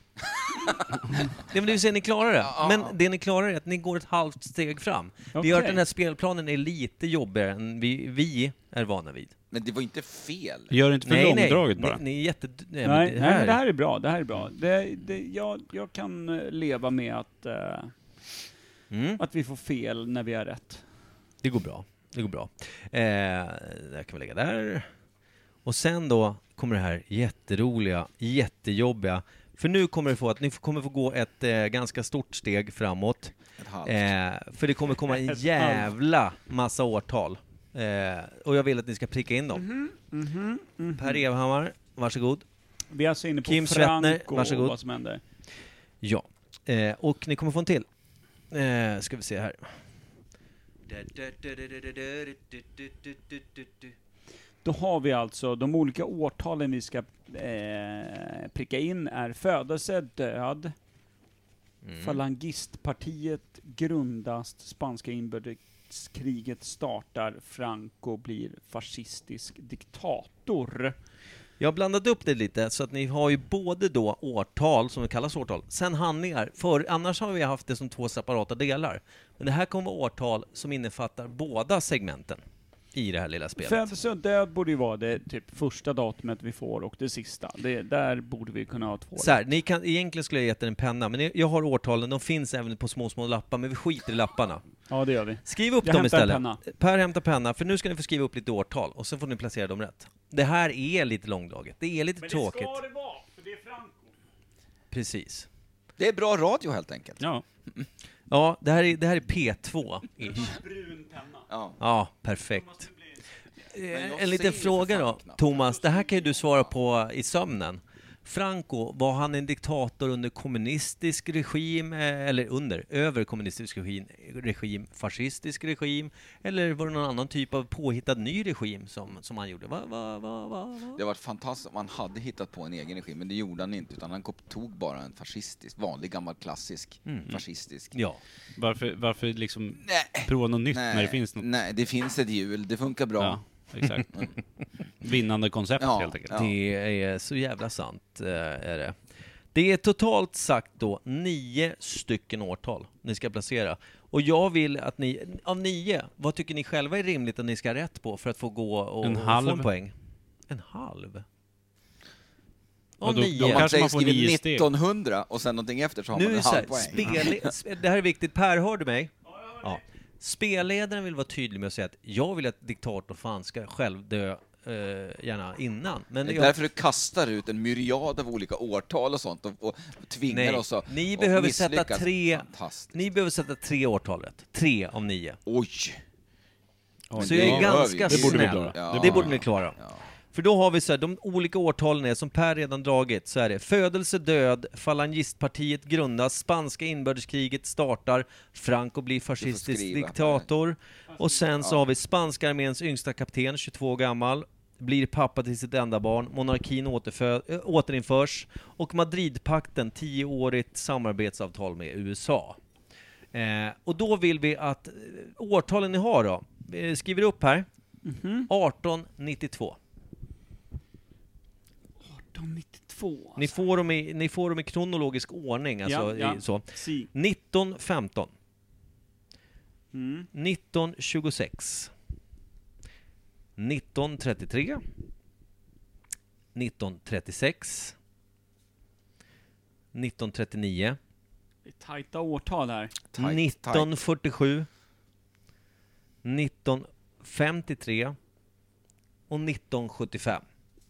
Det vill säga ni klarar det. Men det ni klarar är att ni går ett halvt steg fram. Det gör att den här spelplanen är lite jobbigare än vi är vana vid. Men det var inte fel. Gör det inte för långdraget bara. Ni är jätte... Nej, men det här är bra. Det här är bra. Jag kan leva med att vi får fel när vi har rätt. Det går bra. Det går bra. Där kan vi lägga där. Och sen då kommer det här jätteroliga, jättejobbiga. För nu kommer det få att ni kommer få gå ett ganska stort steg framåt. För det kommer komma en jävla massa årtal. Och jag vill att ni ska pricka in dem. Per Evhammar, varsågod. Vi är alltså inne på Kim Franco Svettner, varsågod. och vad som händer. Ja. Och ni kommer få en till. Ska vi se här. Då har vi alltså de olika årtalen vi ska pricka in är födelse, död, falangistpartiet grundas, spanska inbördeskriget startar, Franco blir fascistisk diktator. Jag har blandat upp det lite så att ni har ju både då årtal som kallas årtal, sen handlingar. För annars har vi haft det som 2 separata delar. Men det här kommer vara årtal som innefattar båda segmenten i det här lilla spelet. Födelse och död borde ju vara det typ första datumet vi får och det sista. Där borde vi kunna ha 2. Så här, ni kan, egentligen skulle jag gett er en penna, men jag har årtalen, de finns även på små lappar, men vi skiter i lapparna. Ja, det gör vi. Skriv upp dem istället. Per hämtar penna, för nu ska ni få skriva upp lite årtal, och sen får ni placera dem rätt. Det här är lite långdraget, det är lite tråkigt. Men det ska det vara, för det är Franco. Precis. Det är bra radio helt enkelt. Ja. Ja, det här är P2-ish. Brun penna. Ja, perfekt. En liten fråga då, Thomas. Det här kan ju du svara på i sömnen. Franco, var han en diktator under kommunistisk regim, eller över kommunistisk regim, fascistisk regim, eller var det någon annan typ av påhittad ny regim som han gjorde? Det var fantastiskt om man hade hittat på en egen regim, men det gjorde han inte, utan han tog bara en fascistisk, vanlig gammal klassisk fascistisk. Ja. Varför liksom prova något nytt när det finns något? Nej, det finns ett hjul, det funkar bra. Ja. Exakt. Vinnande koncept helt enkelt. Det är så jävla sant, är det. Det är totalt sagt då 9 stycken årtal ni ska placera. Och jag vill att ni, av 9, vad tycker ni själva är rimligt att ni ska ha rätt på för att få gå och få en poäng? En halv? Ja, Och då 9. Om man kanske säger man får skriver 9 steg. 1900 och sen någonting efter så har Nu man är en det så halv här, poäng. det här är viktigt. Per, hör du mig? Ja. Spelledaren vill vara tydlig med att säga att jag vill att diktatorn fan ska själv dö gärna innan. Men Det är jag, därför du kastar ut en myriad av olika årtal och sånt och tvingar nej, oss att ni att behöver misslyckas. sätta 3. Fantastiskt. Ni behöver sätta 3 årtal rätt. 3 av 9. Oj! Så jag är ganska Det borde vi snäll. klara. Det borde ni klara. Ja. För då har vi så här, de olika årtalen är som Per redan dragit, så är det födelse, död, falangistpartiet grundas, spanska inbördeskriget startar, Franco blir fascistisk skriva. diktator, och sen så har vi spanska arméns yngsta kapten, 22 år gammal, blir pappa till sitt enda barn, monarkin återinförs, och Madridpakten, 10-årigt samarbetsavtal med USA. Och då vill vi att årtalen ni har då, skriver upp här, 1892. 1892. Ni får dem i kronologisk ordning, alltså så. 1915. 1926. 1933. 1936. 1939. Det är tajta årtal här. 1947. 1953. Och 1975.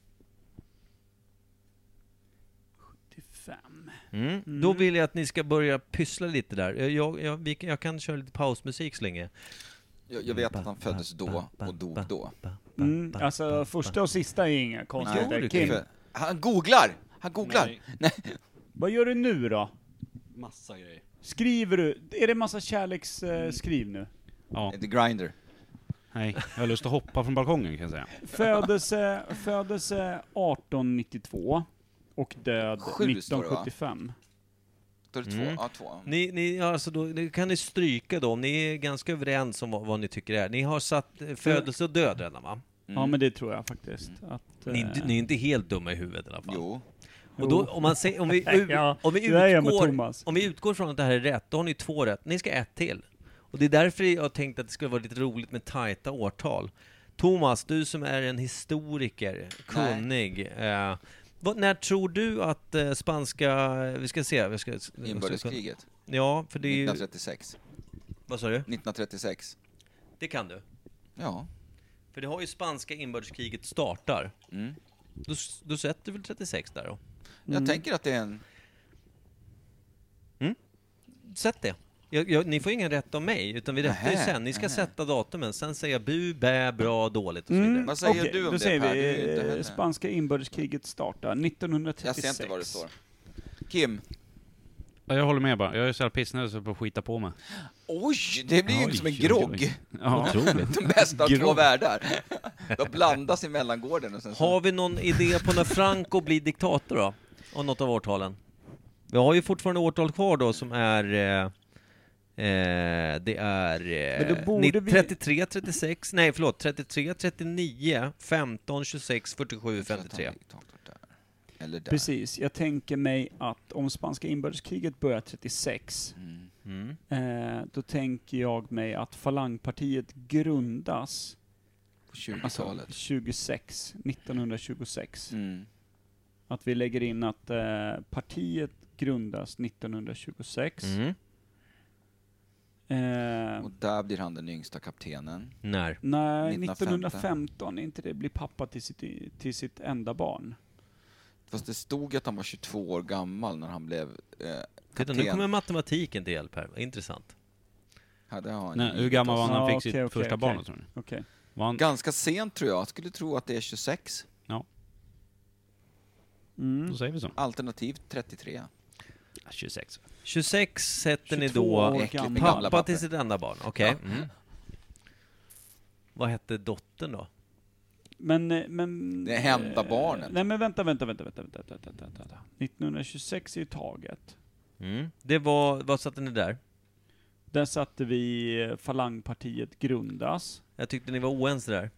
75. Då vill jag att ni ska börja pyssla lite där. Jag kan köra lite pausmusik så länge. Jag vet att han föddes då och dog då. Alltså första och sista är inga konstigheter. Nej, Kim, Han googlar! Nej. vad gör du nu då? Massa grejer. Skriver du? Är det massa kärleksskriv nu? Ja. The Grinder. Nej, jag har lust att hoppa från balkongen kan jag säga. Födelse 1892 och död 7 står det, va? 1975. Då är det 2. Ja, 2. Alltså då kan ni stryka då, om ni är ganska överens om vad ni tycker är. Ni har satt födelse och död redan, va? Ja, men det tror jag faktiskt. Att, Ni är inte helt dumma i huvudet i alla fall. Jo. Och då, om vi utgår från att det här är rätt, då har ni 2 rätt. Ni ska 1 till. Och det är därför jag har tänkt att det skulle vara lite roligt med tajta årtal. Thomas, du som är en historiker, kunnig. När tror du att spanska... Vi ska se. Inbördeskriget. Ja, för det är ju... 1936. Vad sa du? 1936. Det kan du. Ja. För det har ju spanska inbördeskriget startar. Då sätter du väl 36 där då? Jag tänker att det är en... Sätt det. Ni får ingen rätt av mig, utan vi rättar ju sen. Ni ska sätta datumen, sen säga bu, bä, bra, dåligt och så vidare. Vad säger Okej, du om då det, säger Per? vi Du är ju inte heller- spanska inbördeskriget startar 1936. Jag ser inte vad det står. Kim? Ja, jag håller med bara. Jag är så här pissnödig så jag får skita på mig. Oj, det blir ju som en grogg. Ja. Otroligt. De bästa av 2 världar. De blandas i mellangården och sen så... Har vi någon idé på när Franco blir diktator då? Om något av årtalen? Vi har ju fortfarande årtal kvar då som är... det är... Men då borde vi- 33, 36... Nej, förlåt. 33, 39, 15, 26, 47, 53. Eller där. Precis, jag tänker mig att om spanska inbördeskriget börjar 36, då tänker jag mig att falangpartiet grundas På 20-talet. 1926. Mm. Att vi lägger in att partiet grundas 1926. Och där blir han den yngsta kaptenen. När? Nej, 1915. 1915, inte det, blir pappa till sitt enda barn. Fast det stod att han var 22 år gammal när han blev Titta, kapten. nu kommer matematiken till hjälp här. Intressant. Hade han Nej, hur gammal var han när han fick Ja, sitt första barn? Tror ni? Okej. Var han... Ganska sent tror jag. Skulle tro att det är 26. Då säger vi så. Alternativt 33. 26. 26 sätter ni 22 då år Äckligt gammal. med gamla pappa till papper. sitt enda barn. Okej. Vad hette dottern då? Men... Det är hämta barnet. Nej men vänta. 1926 är ju taget. Det var... Vad satte ni där? Där satte vi falangpartiet grundas. Jag tyckte ni var oense där.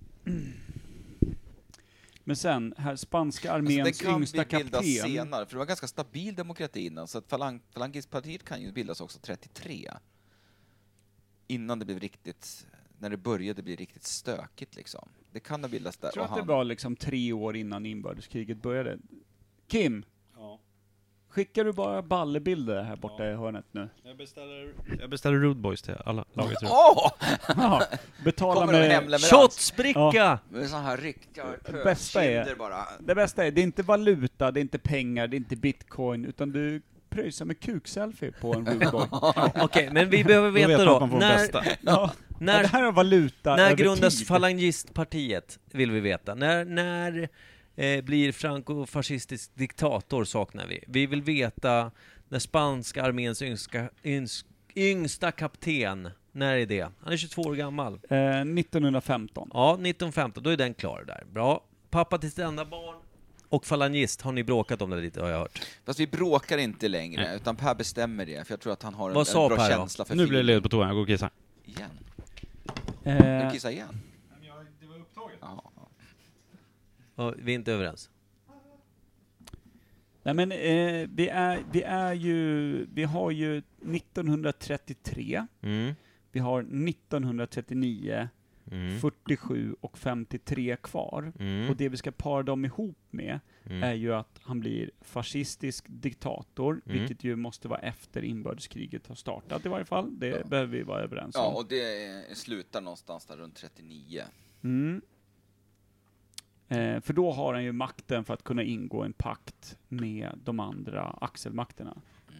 Men sen, här spanska Alltså, arméns det kan yngsta bli bildas kapten. senare, för det var ganska stabil demokrati innan, så att falangistpartiet kan ju bildas också 33. Innan det blev riktigt när det började bli riktigt stökigt liksom. Det kan ha bildats där. Jag tror att det var liksom 3 år innan inbördeskriget började. Kim, skickar du bara ballebilder här borta i hörnet nu? Jag beställer Rude Boys till alla laget. Ja, betala med shotspricka! Ja. Med sån här riktiga bästa bara. Det bästa är, det är inte valuta, det är inte pengar, det är inte bitcoin, utan du pröjsar med kukselfie på en Rude Boy. Okej, men vi behöver veta då, när det här är valuta när över grundas tid. Falangistpartiet, vill vi veta. När blir franco-fascistisk diktator, saknar vi. Vi vill veta när spanska arméns yngsta kapten, när är det? Han är 22 år gammal. 1915. Ja, 1915, då är den klar där. Bra. Pappa till sitt enda barn och falangist, har ni bråkat om det lite, har jag hört. Fast vi bråkar inte längre, utan Per bestämmer det, för jag tror att han har en bra Per känsla för Nu film. blir det led på toan, jag går och kissar. Igen? Du kissar igen? Det var upptaget. Ja. Och vi är inte överens. Nej men vi har ju 1933, vi har 1939, 47 och 53 kvar. Och det vi ska para dem ihop med är ju att han blir fascistisk diktator, vilket ju måste vara efter inbördeskriget har startat i varje fall. Det behöver vi vara överens om. Ja, och det slutar någonstans där runt 39. För då har han ju makten för att kunna ingå en pakt med de andra axelmakterna.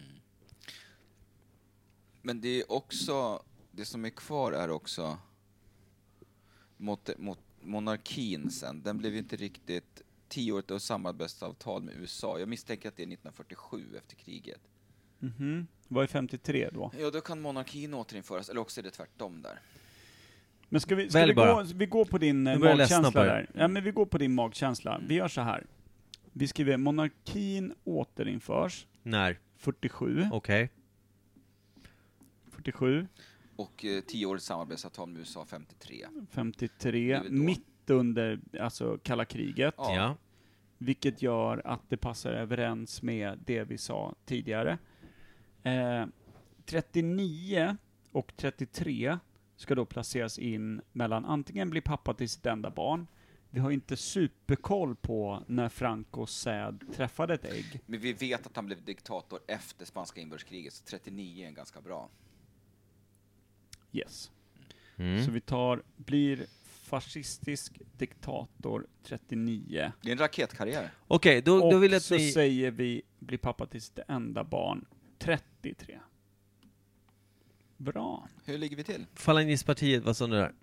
Men det är också, det som är kvar är också mot monarkin sen. Den blev inte riktigt 10-årigt och samarbetsavtal med USA. Jag misstänker att det är 1947 efter kriget. Vad är 53 då? Ja, då kan monarkin återinföras, eller också är det tvärtom där. Men ska vi vi går på din magkänsla där? Ja, men vi går på din magkänsla. Vi gör så här. Vi skriver monarkin återinförs. När? 47. Okej. 47. Och 10-årigt samarbetsavtal med USA 53. 53. Mitt under alltså kalla kriget. Ja. Vilket gör att det passar överens med det vi sa tidigare. 39 och 33 ska då placeras in mellan antingen bli pappa till sitt enda barn. Vi har inte superkoll på när Francos säd träffade ett ägg. Men vi vet att han blev diktator efter spanska inbördeskriget, så 39 är ganska bra. Yes. Så vi blir fascistisk diktator 39. Det är en raketkarriär. Okej, då vill jag att så säger vi blir pappa till sitt enda barn 33. Bra. Hur ligger vi till? Falangistpartiet, vad sa ni där?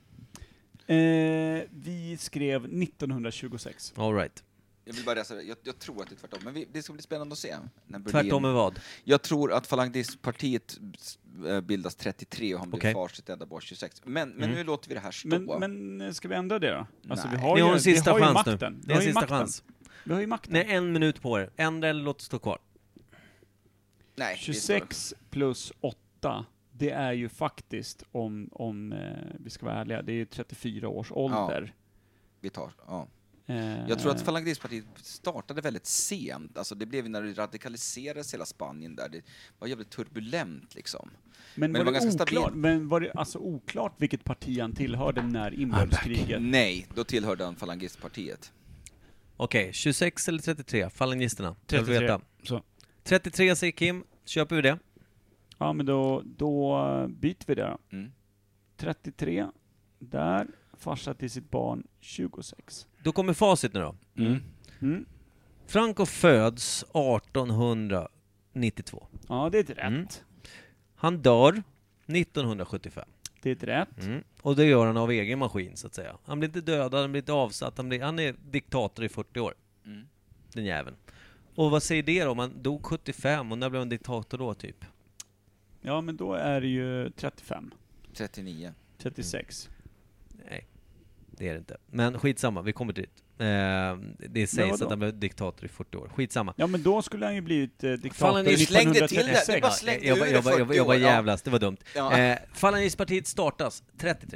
Vi skrev 1926. All right. Jag vill bara läsa, jag tror att det är tvärtom, men det ska bli spännande att se. Tvärtom med vad? Jag tror att Falangistpartiet bildas 33 och han blir far sitt enda barn 26. Men nu låter vi det här stå. Men ska vi ändra det då? Alltså, vi Ni har en sista chans makten. nu. Det är en sista chans. Vi har ju makten. Nej, 1 minut på er. Ändra eller låt det stå kvar. Nej, 26 plus 8, det är ju faktiskt, om vi ska vara ärliga, det är ju 34 års ålder. Ja, vi tar, jag tror att Falangistpartiet startade väldigt sent. Alltså det blev när det radikaliserades hela Spanien där. Det var jävligt turbulent liksom. Men det var ganska stabilt. Men var det alltså oklart vilket parti han tillhörde när inbördeskriget? Nej, då tillhörde han Falangistpartiet. Okej, 26 eller 33? Falangisterna. 33. Så. 33 säger Kim. Köper vi det? Ja, men då byter vi det då. 33. Där. Farsa till sitt barn 26. Då kommer facit nu då. Franco föds 1892. Ja, det är ett rätt. Han dör 1975. Det är ett rätt. Och det gör han av egen maskin så att säga. Han blir inte dödad, han blir inte avsatt. Han är diktator i 40 år. Den jäveln. Och vad säger det då? Man dog 75 och när blev han diktator då typ? Ja, men då är det ju 35. 39. 36. Nej, det är det inte. Men skitsamma, vi kommer dit. Det sägs att han blev diktator i 40 år. Skitsamma. Ja, men då skulle han ju blivit diktator ni slängde till det. Ni bara slängde ur det 40 år. Jag bara jävlas, det var dumt. Ja. Falangistpartiet startas 33.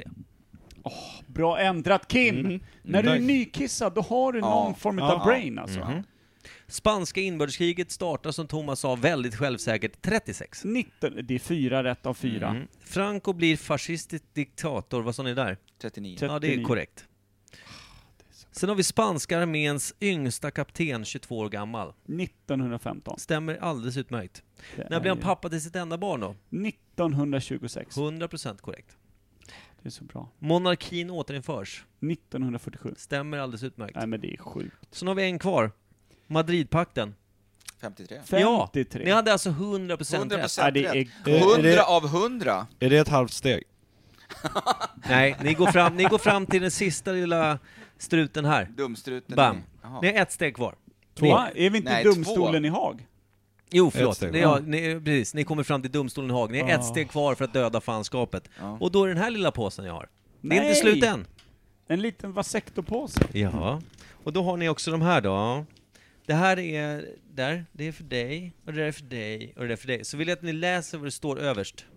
Bra ändrat, Kim! När du är nykissad, då har du någon form av brain alltså. Spanska inbördeskriget startar som Thomas sa väldigt självsäkert 36. 19, det är 4 rätt av 4. Mm. Franco blir fascistisk diktator, vad sa ni där? 39. Ja, det är korrekt. Sen har vi spanska arméns yngsta kapten, 22 år gammal. 1915. Stämmer alldeles utmärkt. Det När blir han är pappa till sitt enda barn då? 1926. 100% korrekt. Det är så bra. Monarkin återinförs. 1947. Stämmer alldeles utmärkt. Nej men det är sjukt. Sen har vi en kvar. Madridpakten. 53. 53. Ni hade alltså 100% rätt. 100% Ja, det rätt. är 100 av 100. Är det ett halvt steg? Nej, ni går fram till den sista lilla struten här. Dumstruten. Bam. Jaha. Ni har ett steg kvar. Va? Är vi inte Nej, domstolen i Haag? Jo, Ett förlåt. steg. Precis, ni kommer fram till domstolen i Haag. Ni har ett steg kvar för att döda fanskapet. Ja. Och då är den här lilla påsen jag har. Det är Nej. inte slut än. En liten vasektorpåse. Ja. Och då har ni också de här då. Det här är där, det är för dig, och det där är för dig, och det där är för dig. Så vill jag att ni läser vad det står överst.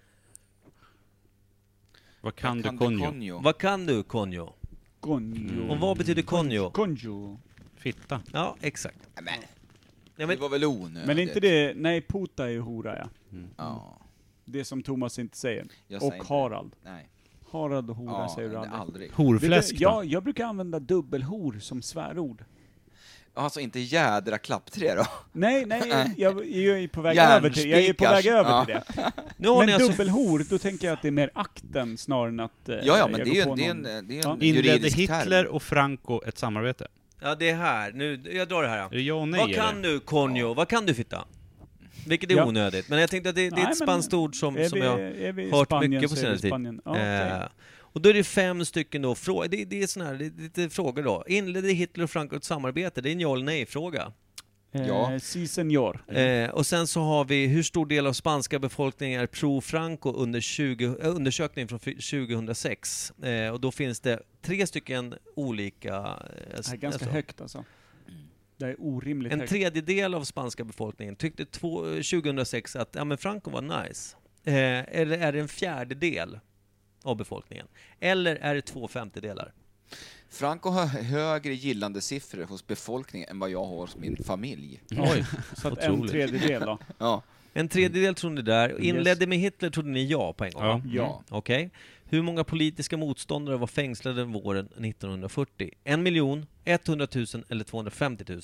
Vad kan du, Kan konjo? Vad kan du, konjo? Konjo. Och vad betyder konjo? Konjo. Fitta. Ja, exakt. Men, Ja, det men, var väl onödigt. Men är inte det, nej puta är ju hora ja. Ja. Det som Thomas inte säger. Jag Och säger inte. Harald. Nej. Harald och hora Ja, säger du det aldrig. aldrig. Horfläsk då? Ja, jag brukar använda dubbelhor som svärord. Alltså inte jädra klappträ då. Nej, jag är på väg över till, jag är på väg över till det. nu har Men ni alltså dubbelhor, då tänker jag att det är mer akten snarare än att Ja, men jag det är går ju på en någon- juridisk Inledde term. Hitler och Franco ett samarbete? Ja, det är här. Nu, jag drar det här. Är det ja och nej? Vad kan eller? du, konjo? Vad kan du, fitta? Vilket är Ja. onödigt. Men jag tänkte att det är Nej, ett men spanskt ord som är jag är vi i hört Spanien mycket på så är vi senare i tid. Spanien. Ja, okej. Och då är det 5 stycken då. Det är sån här, det är lite frågor då. Inledde Hitler och Franco ett samarbete? Det är en ja eller nej-fråga. Ja. Si senor. Och sen så har vi, hur stor del av spanska befolkningen är pro-Franco under undersökningen från 2006? Och då finns det 3 stycken olika... Det här är ganska högt alltså. Det är orimligt En högt. tredjedel av spanska befolkningen tyckte 2006 att ja, men Franco var nice. Eller är det en fjärdedel av befolkningen? Eller är det 2/5? Franco har högre gillande siffror hos befolkningen än vad jag har hos min familj. Oj, Så att otroligt. 1/3 då. Ja. En tredjedel trodde ni där. Inledde med Hitler trodde ni ja på en gång. Ja. va? Ja. Okej. Hur många politiska motståndare var fängslade våren 1940? 1 miljon, 100 000 eller 250 000?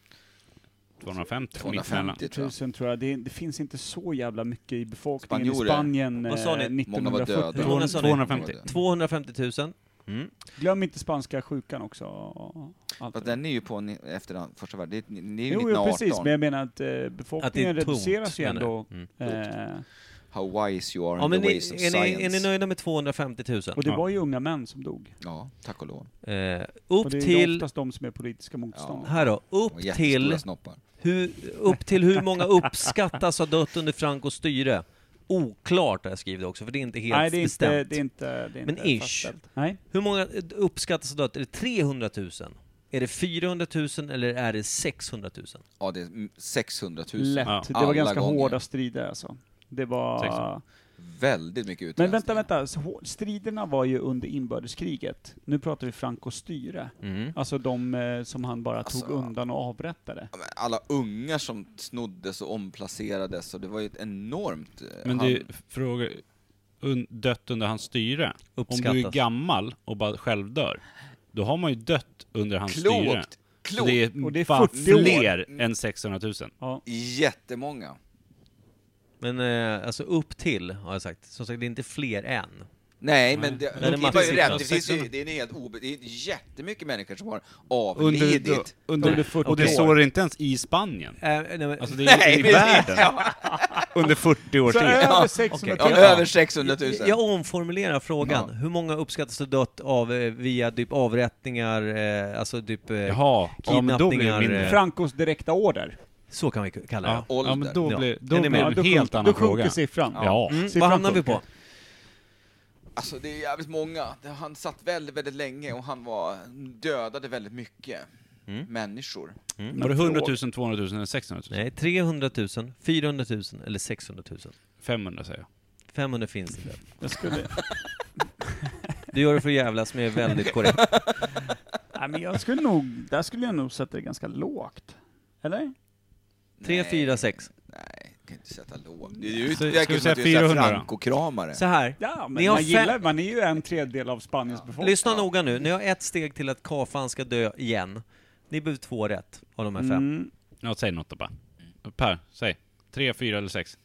250. 250 tror jag. 1000 tror jag. Det finns inte så jävla mycket i befolkningen Spanjorer. i Spanien Vad sa ni? 1940. Många var döda. Hur många sa ni? 250. 250 000. Mm. Glöm inte spanska sjukan också. Allt Fast det. den är ju på efter första världskriget. Ni är ju Jo, 1918. precis. Men jag menar att befolkningen Att det är tomt, reduceras ju menar ändå. jag. How wise you are Ja, in men the ways of är science. ni nöjda med 250 000? Och det Ja. var ju unga män som dog. Ja, tack och lov. Upp Och det är till... oftast de som är politiska motståndare. Här då. Och jättestora snoppar. Upp till hur många uppskattas ha dött under Francos styre? Oklart har jag skrivit också, för det är inte helt Nej, det är bestämt. inte Men ish. fastställt. Nej. Hur många uppskattas ha dött? Är det 300 000? Är det 400 000 eller är det 600 000? Ja, det är 600 000. Lätt. Ja. Det var Alla ganska gånger. hårda strider alltså. Det var... 600. Väldigt mycket Men utrensningar. vänta. Striderna var ju under inbördeskriget. Nu pratar vi Francos styre. Mm. Alltså de som han bara tog Alltså- undan och avrättade. Ja, men alla ungar som snoddes och omplacerades, och det var ju ett enormt... Men det är fråga, dött under hans styre. Om du är Uppskattas. gammal och bara själv dör, då har man ju dött under hans styre. klokt! Så Klokt! det är, Och det är fan 40 år. fler än 600 000. Ja. Jättemånga. Men alltså upp till, har jag sagt. Som sagt, det är inte fler än. Nej, men det, Nej, det det var ju maximeras. rätt. Det finns ju, det är helt det är jättemycket människor som har Under, avlidit. Under 40 och det år. står inte ens i Spanien. Nej, men, Alltså det är i precis. världen. Under 40 års Så tid. över Ja, 600 okej. 000. Ja, över 600 000. jag omformulerar frågan. Ja. Hur många uppskattas ha dött av via typ avrättningar, alltså typ Jaha, ja, men då blir det kidnappningar, mindre. Francos direkta order. så kan vi kalla det. Ja, ålder. ja, men då Ja. blir, Är då ni blir med? det en helt då annan sjunker fråga. siffran. Ja. Mm, Siffran vad hamnar vi sjunker. på? Alltså det är jävligt många. Han satt väldigt, väldigt länge och han dödade väldigt mycket människor. Var det 100 000, 200 000 eller 600 000? Nej, 300 000, 400 000 eller 600 000. 500 säger jag. 500 finns inte. Jag skulle... Du gör det för jävlas med väldigt korrekt. Nej, men där skulle jag nog sätta det ganska lågt. Eller? 3, 4, 6. Nej, jag kan inte sätta låg. Det är ju Ska vi verkar som säga att du är 400 då? Franco-kramare. Så här. Ja, Ni men har man är ju 1/3 av Spaniens befolkning. Lyssna noga nu. Ni har ett steg till att Kafan ska dö igen. Ni behöver 2 rätt av de här 5. Ja, säg något då bara. Per, säg. 3, 4 eller 6?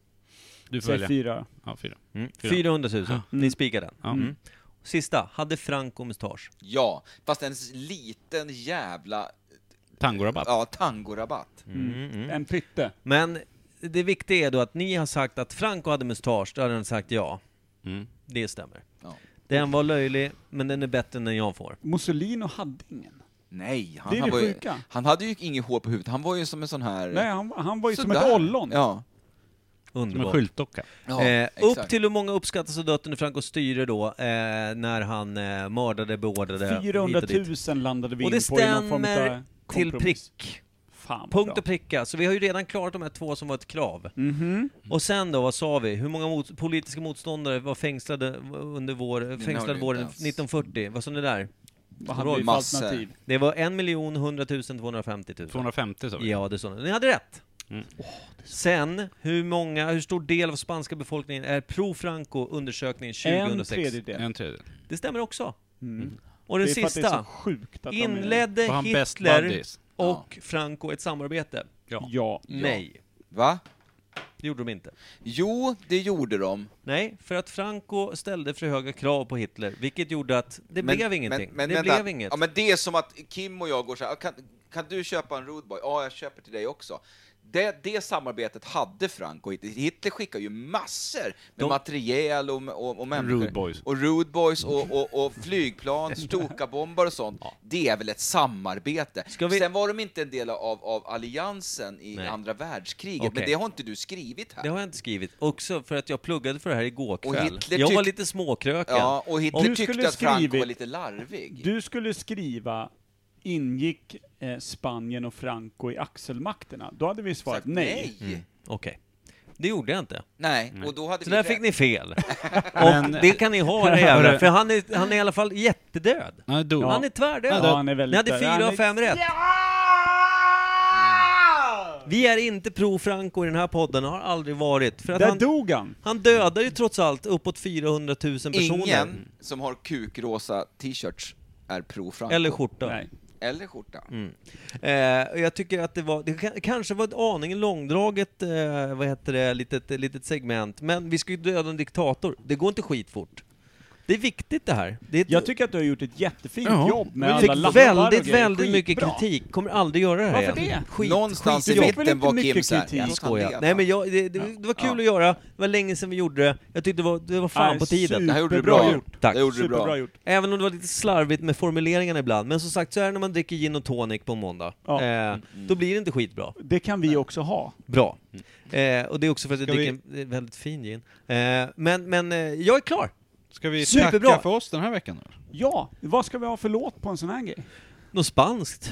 Du får Säg välja. 4. Ja, 4. 400 000. Ni spikar den. Ja. Sista. Hade Franco mustasch? Ja, fast en liten jävla... Tangorabatt. Ja, tangorabatt. En pytte. Men det viktiga är då att ni har sagt att Franco hade mustasch. Då hade den sagt ja. Mm. Det stämmer. Ja. Den var löjlig, men den är bättre än den jag får. Mussolini hade ingen. Nej, Det är han det var ju, sjuka. han hade ju inget hår på huvudet. Han var ju som en sån här... Nej, han var ju som ett sådär. ollon. Ja. Som en Underbart. skyltdocka. Ja, Upp exakt. till hur många uppskattas och dött under Francos styre då, när han mördade, beordrade 400 hit och dit. 000 landade vi Och in det på i någon form stämmer av till kompromiss. prick. Fan vad Punkt bra. och pricka. Så vi har ju redan klarat de här 2 som var ett krav. Mhm. Och sen då, vad sa vi? Hur många politiska motståndare var fängslade under fängslade våren inte ens. 1940? Vad sa ni där? Vad hade vi för Massor. alternativ? Det var 1 100 250 000. 250 så. Ja, det sa ni. Ni hade rätt. Mm. Sen, hur stor del av spanska befolkningen är pro-Franco undersökningen 2006? 1/3. 1/3. Det stämmer också. Mm. Och den Det är för att det är så sista, sjukt att de är... inledde Var han best Hitler buddies? och Franco ett samarbete? Ja. Nej, Va? det gjorde de inte. Jo, det gjorde de. Nej, för att Franco ställde för höga krav på Hitler, vilket gjorde att det blev ingenting. Men det vänta. blev inget. Ja, men det är som att Kim och jag går så här, kan du köpa en Rude Boy? Ja, jag köper till dig också. Det samarbetet hade Franco. Hitler skickar ju massor med materiel och människor. Rude Boys. Och Rude Boys och flygplan, Stuka-bombar och sånt. Ja. Det är väl ett samarbete. Sen var de inte en del av alliansen i andra världskriget, men det har inte du skrivit här. Det har jag inte skrivit. Också för att jag pluggade för det här igår Och kväll. Hitler Jag var lite småkröken. Ja, och Hitler Du tyckte skulle att Franco skrivit- var lite larvig. Du skulle skriva ingick Spanien och Franco i axelmakterna. Då hade vi svarat Sagt nej. Okej. Det gjorde jag inte. Nej, och då hade Så vi där rätt. fick ni fel. Och det kan ni ha, era jävlar. För han är i alla fall jättedöd. Nej, dog. Han är tvärdöd. Ja, han är Ni väldigt hade 4 av 5 rätt. Vi är inte pro-Franco i den här podden, har aldrig varit. För att Där dog han. han dödar ju trots allt uppåt 400 000 personer. Ingen som har kukrosa t-shirts är pro-Franco. Eller skjorta. Nej. Eller skjorta. Jag tycker att det kanske var ett aningen långdraget, litet segment. Men vi ska ju döda en diktator. Det går inte skitfort. Det är viktigt det här. Det är Jag tycker att du har gjort ett jättefint jobb med jag alla fick lappar och väldigt grejer. mycket Skitbra. kritik. Kommer aldrig göra det här Varför igen. det? Någonstans i skit. mitten Det var var Kim mycket såhär, kritik. jag Jag skojar. skojar. Nej men det var kul att göra. Det var länge sedan vi gjorde det. Jag tyckte det var fan Nej, på tiden. Det här gjorde du Superbra bra. gjort. Tack. Det gjorde du Superbra bra. gjort. Även om det var lite slarvigt med formuleringarna ibland. Men som sagt, så är det när man dricker gin och tonic på måndag. Ja. Då blir det inte skitbra. Det kan vi också ha. Bra. Och det är också för att jag Ska dricker en väldigt fin gin. Men jag är klar. Ska vi Superbra. tacka för oss den här veckan då? Ja, vad ska vi ha för låt på en sån här grej? Något spanskt.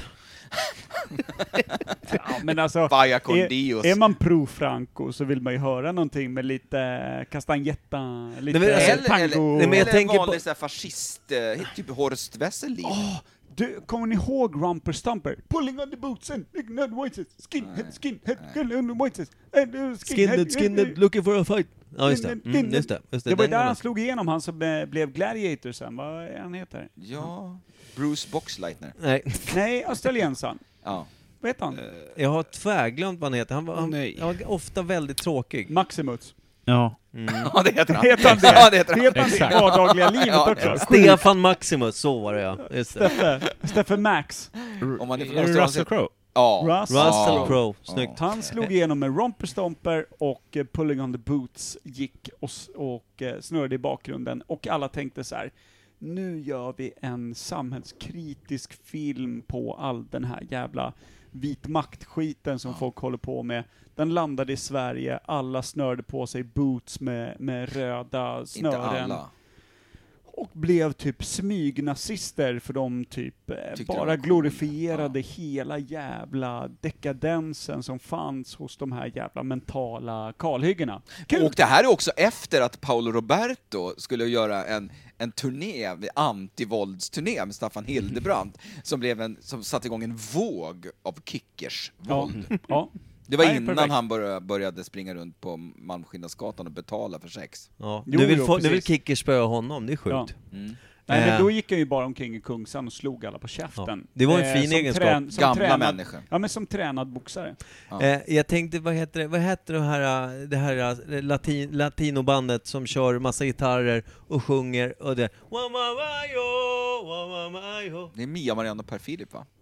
Ja, men alltså, Vaya con Dios. är man pro-Franco så vill man ju höra någonting med lite castagnetta, lite Nej, men alltså, tango. nej, men jag eller tänker en på- vanlig sån här fascist, typ Horst Wesselin. Kommer ni ihåg Rumper Stumper? Pulling on the boots and ignorant voices, skinhead, voices, Skinhead, looking for a fight. Ja, just det. Just det. Det var Den där gången. han slog igenom, han som blev Gladiator sen. Vad är han heter? Ja, Bruce Boxleitner. Nej, Nej, australiensaren. Ja. Vad heter han? jag har tvärglömt vad han heter. Han nej. var ofta väldigt tråkig. Maximus. Ja. Ja, det heter han. Heter han det? Ja, det heter han. Heter han det i vardagliga livet Ja, också? Stefan Maximus, så var det ja. Just det. Steffe Max. Om man är från Är det Australien Russell så- Crowe? Ja. Russell Russell Crowe. Crowe, snyggt. Han slog igenom med Romper Stomper och Pulling on the Boots gick och snurrade i bakgrunden. Och alla tänkte så här: nu gör vi en samhällskritisk film på all den här jävla vit maktskiten som folk håller på med. Den landade i Sverige, alla snörde på sig boots med röda Inte snören. alla. och blev typ smygnazister för de typ Tyckte bara de var glorifierade hela jävla dekadensen som fanns hos de här jävla mentala kalhyggena. Kul! Och det här är också efter att Paolo Roberto skulle göra en turné, antivåldsturné med Staffan Hildebrandt, som satte igång en våg av kickers våld. Ja. Det var Nej, innan perfekt. han började springa runt på Malmskillnadsgatan och betala för sex. Ja. Jo, Nu vill precis. Kickers spöa honom, det är sjukt. Ja. Mm. Nej, men då gick han ju bara omkring i Kungsan och slog alla på käften. Ja. Det var en fin som egenskap. som Gamla människor. Ja, men som tränad boxare. Jag tänkte, vad heter det här latinobandet som kör massa gitarrer och sjunger och det... Det är Mia Mariano Per Filip, va?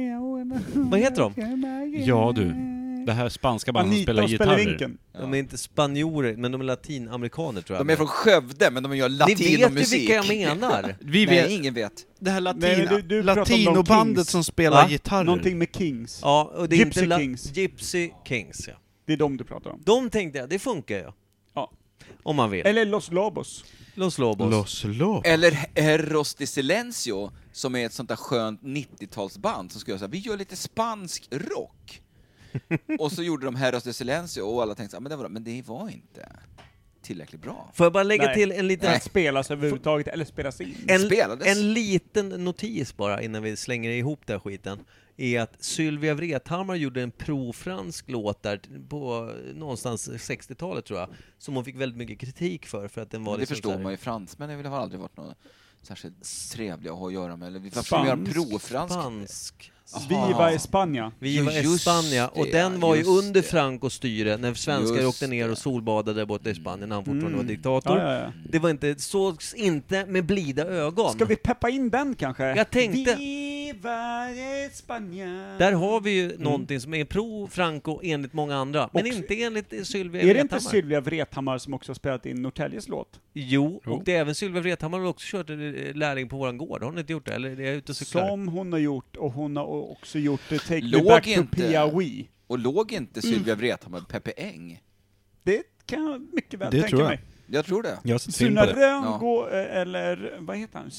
Vad heter de? Ja du, det här spanska bandet som Anita spelar och gitarrer. Spelvinken. De är inte spanjorer, men de är latinamerikaner tror jag. De är från Skövde, men de gör Ni vet ju latinomusik. vilka jag menar. Vi Nej, vet, ingen vet. det här Nej, du pratar om de latinobandet Kings. som spelar Va? gitarrer. Någonting med Kings. Ja, och det är Gypsy inte Kings. Gypsy Kings, ja. Det är de du pratar om. De tänkte jag, det funkar ju. Ja. Om man vill. Eller Los Lobos. Los Lobos. Los Lobos. Eller Eros de Silencio, som är ett sånt där skönt 90-talsband som skulle göra så här, vi gör lite spansk rock. Och så gjorde de Eros de Silencio och alla tänkte så här, men det var inte tillräckligt bra. Får jag bara lägga Nej. till en liten... Den spelas överhuvudtaget, eller spelas in. Spelades. En liten notis bara innan vi slänger ihop den här skiten är att Sylvia Vrethammar gjorde en pro-fransk låt där på någonstans 60-talet tror jag, som hon fick väldigt mycket kritik för att den var Det liksom förstår så här- man ju, fransmän har aldrig varit något särskilt trevliga att ha att göra med. Eller varför ska vi göra en pro-fransk? Spansk. Viva España. Viva Just España, och det, den var ju just under det. Francos styre när svenskar Just åkte ner det. och solbadade borta i Spanien när han fortfarande Mm. var diktator. Ja. Det var inte, sågs inte med blida ögon. Ska vi peppa in den kanske? Jag tänkte- Viva España. Där har vi ju någonting som är pro-Franco enligt många andra, men Också- inte enligt Sylvia Är det inte Vrethammar. Sylvia Vrethammar som också har spelat in Norrtäljes låt? Jo, och det är även Sylvia Vrethammar har också kört lärling på våran gård. Har hon inte gjort det? Eller är jag ute och cyklar? Som hon har gjort, och hon har också gjort Take Me Låg Back inte- to Piauí. Och låg inte Sylvia Vrethammar med Peppe Eng? Det kan jag mycket väl Det tänka tror jag. mig. Jag tror det. Jag har sett film på Sunar det. Rönngå, eller vad heter han?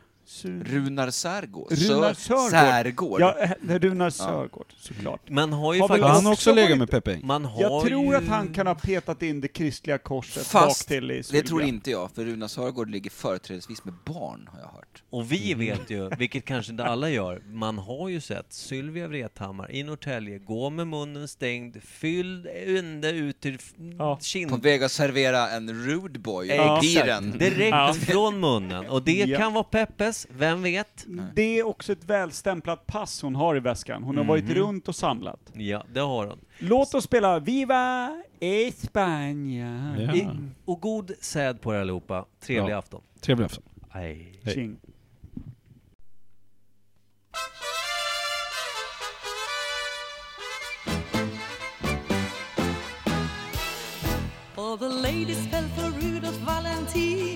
Runar Särgård. Runar Sörgård. Särgård. Ja, Runar Sörgård, såklart. Man har ju Har väl faktiskt... Han har också också legat varit- med Peppe Eng. Man har Jag tror ju... att han kan ha petat in det kristliga korset Fast bak till i det Sylvia. tror inte jag, för Runar Sörgård ligger företrädesvis med barn, har jag hört. Och vi vet ju, vilket kanske inte alla gör, man har ju sett Sylvia Vrethammar i Norrtälje gå med munnen stängd, fylld ända ut till Ja. kind. På väg att servera en rude boy Ja. i piren. Direkt Ja. från munnen. Och det Ja. kan vara Peppes, vem vet? Det är också ett välstämplat pass hon har i väskan. Hon har varit runt och samlat. Ja, det har hon. Låt oss spela Viva España. Ja. Och god säd på er allihopa. Trevlig Ja. afton. Trevlig afton. Hej. Hej. Tjing. All the ladies fell for Rudolph Valentine.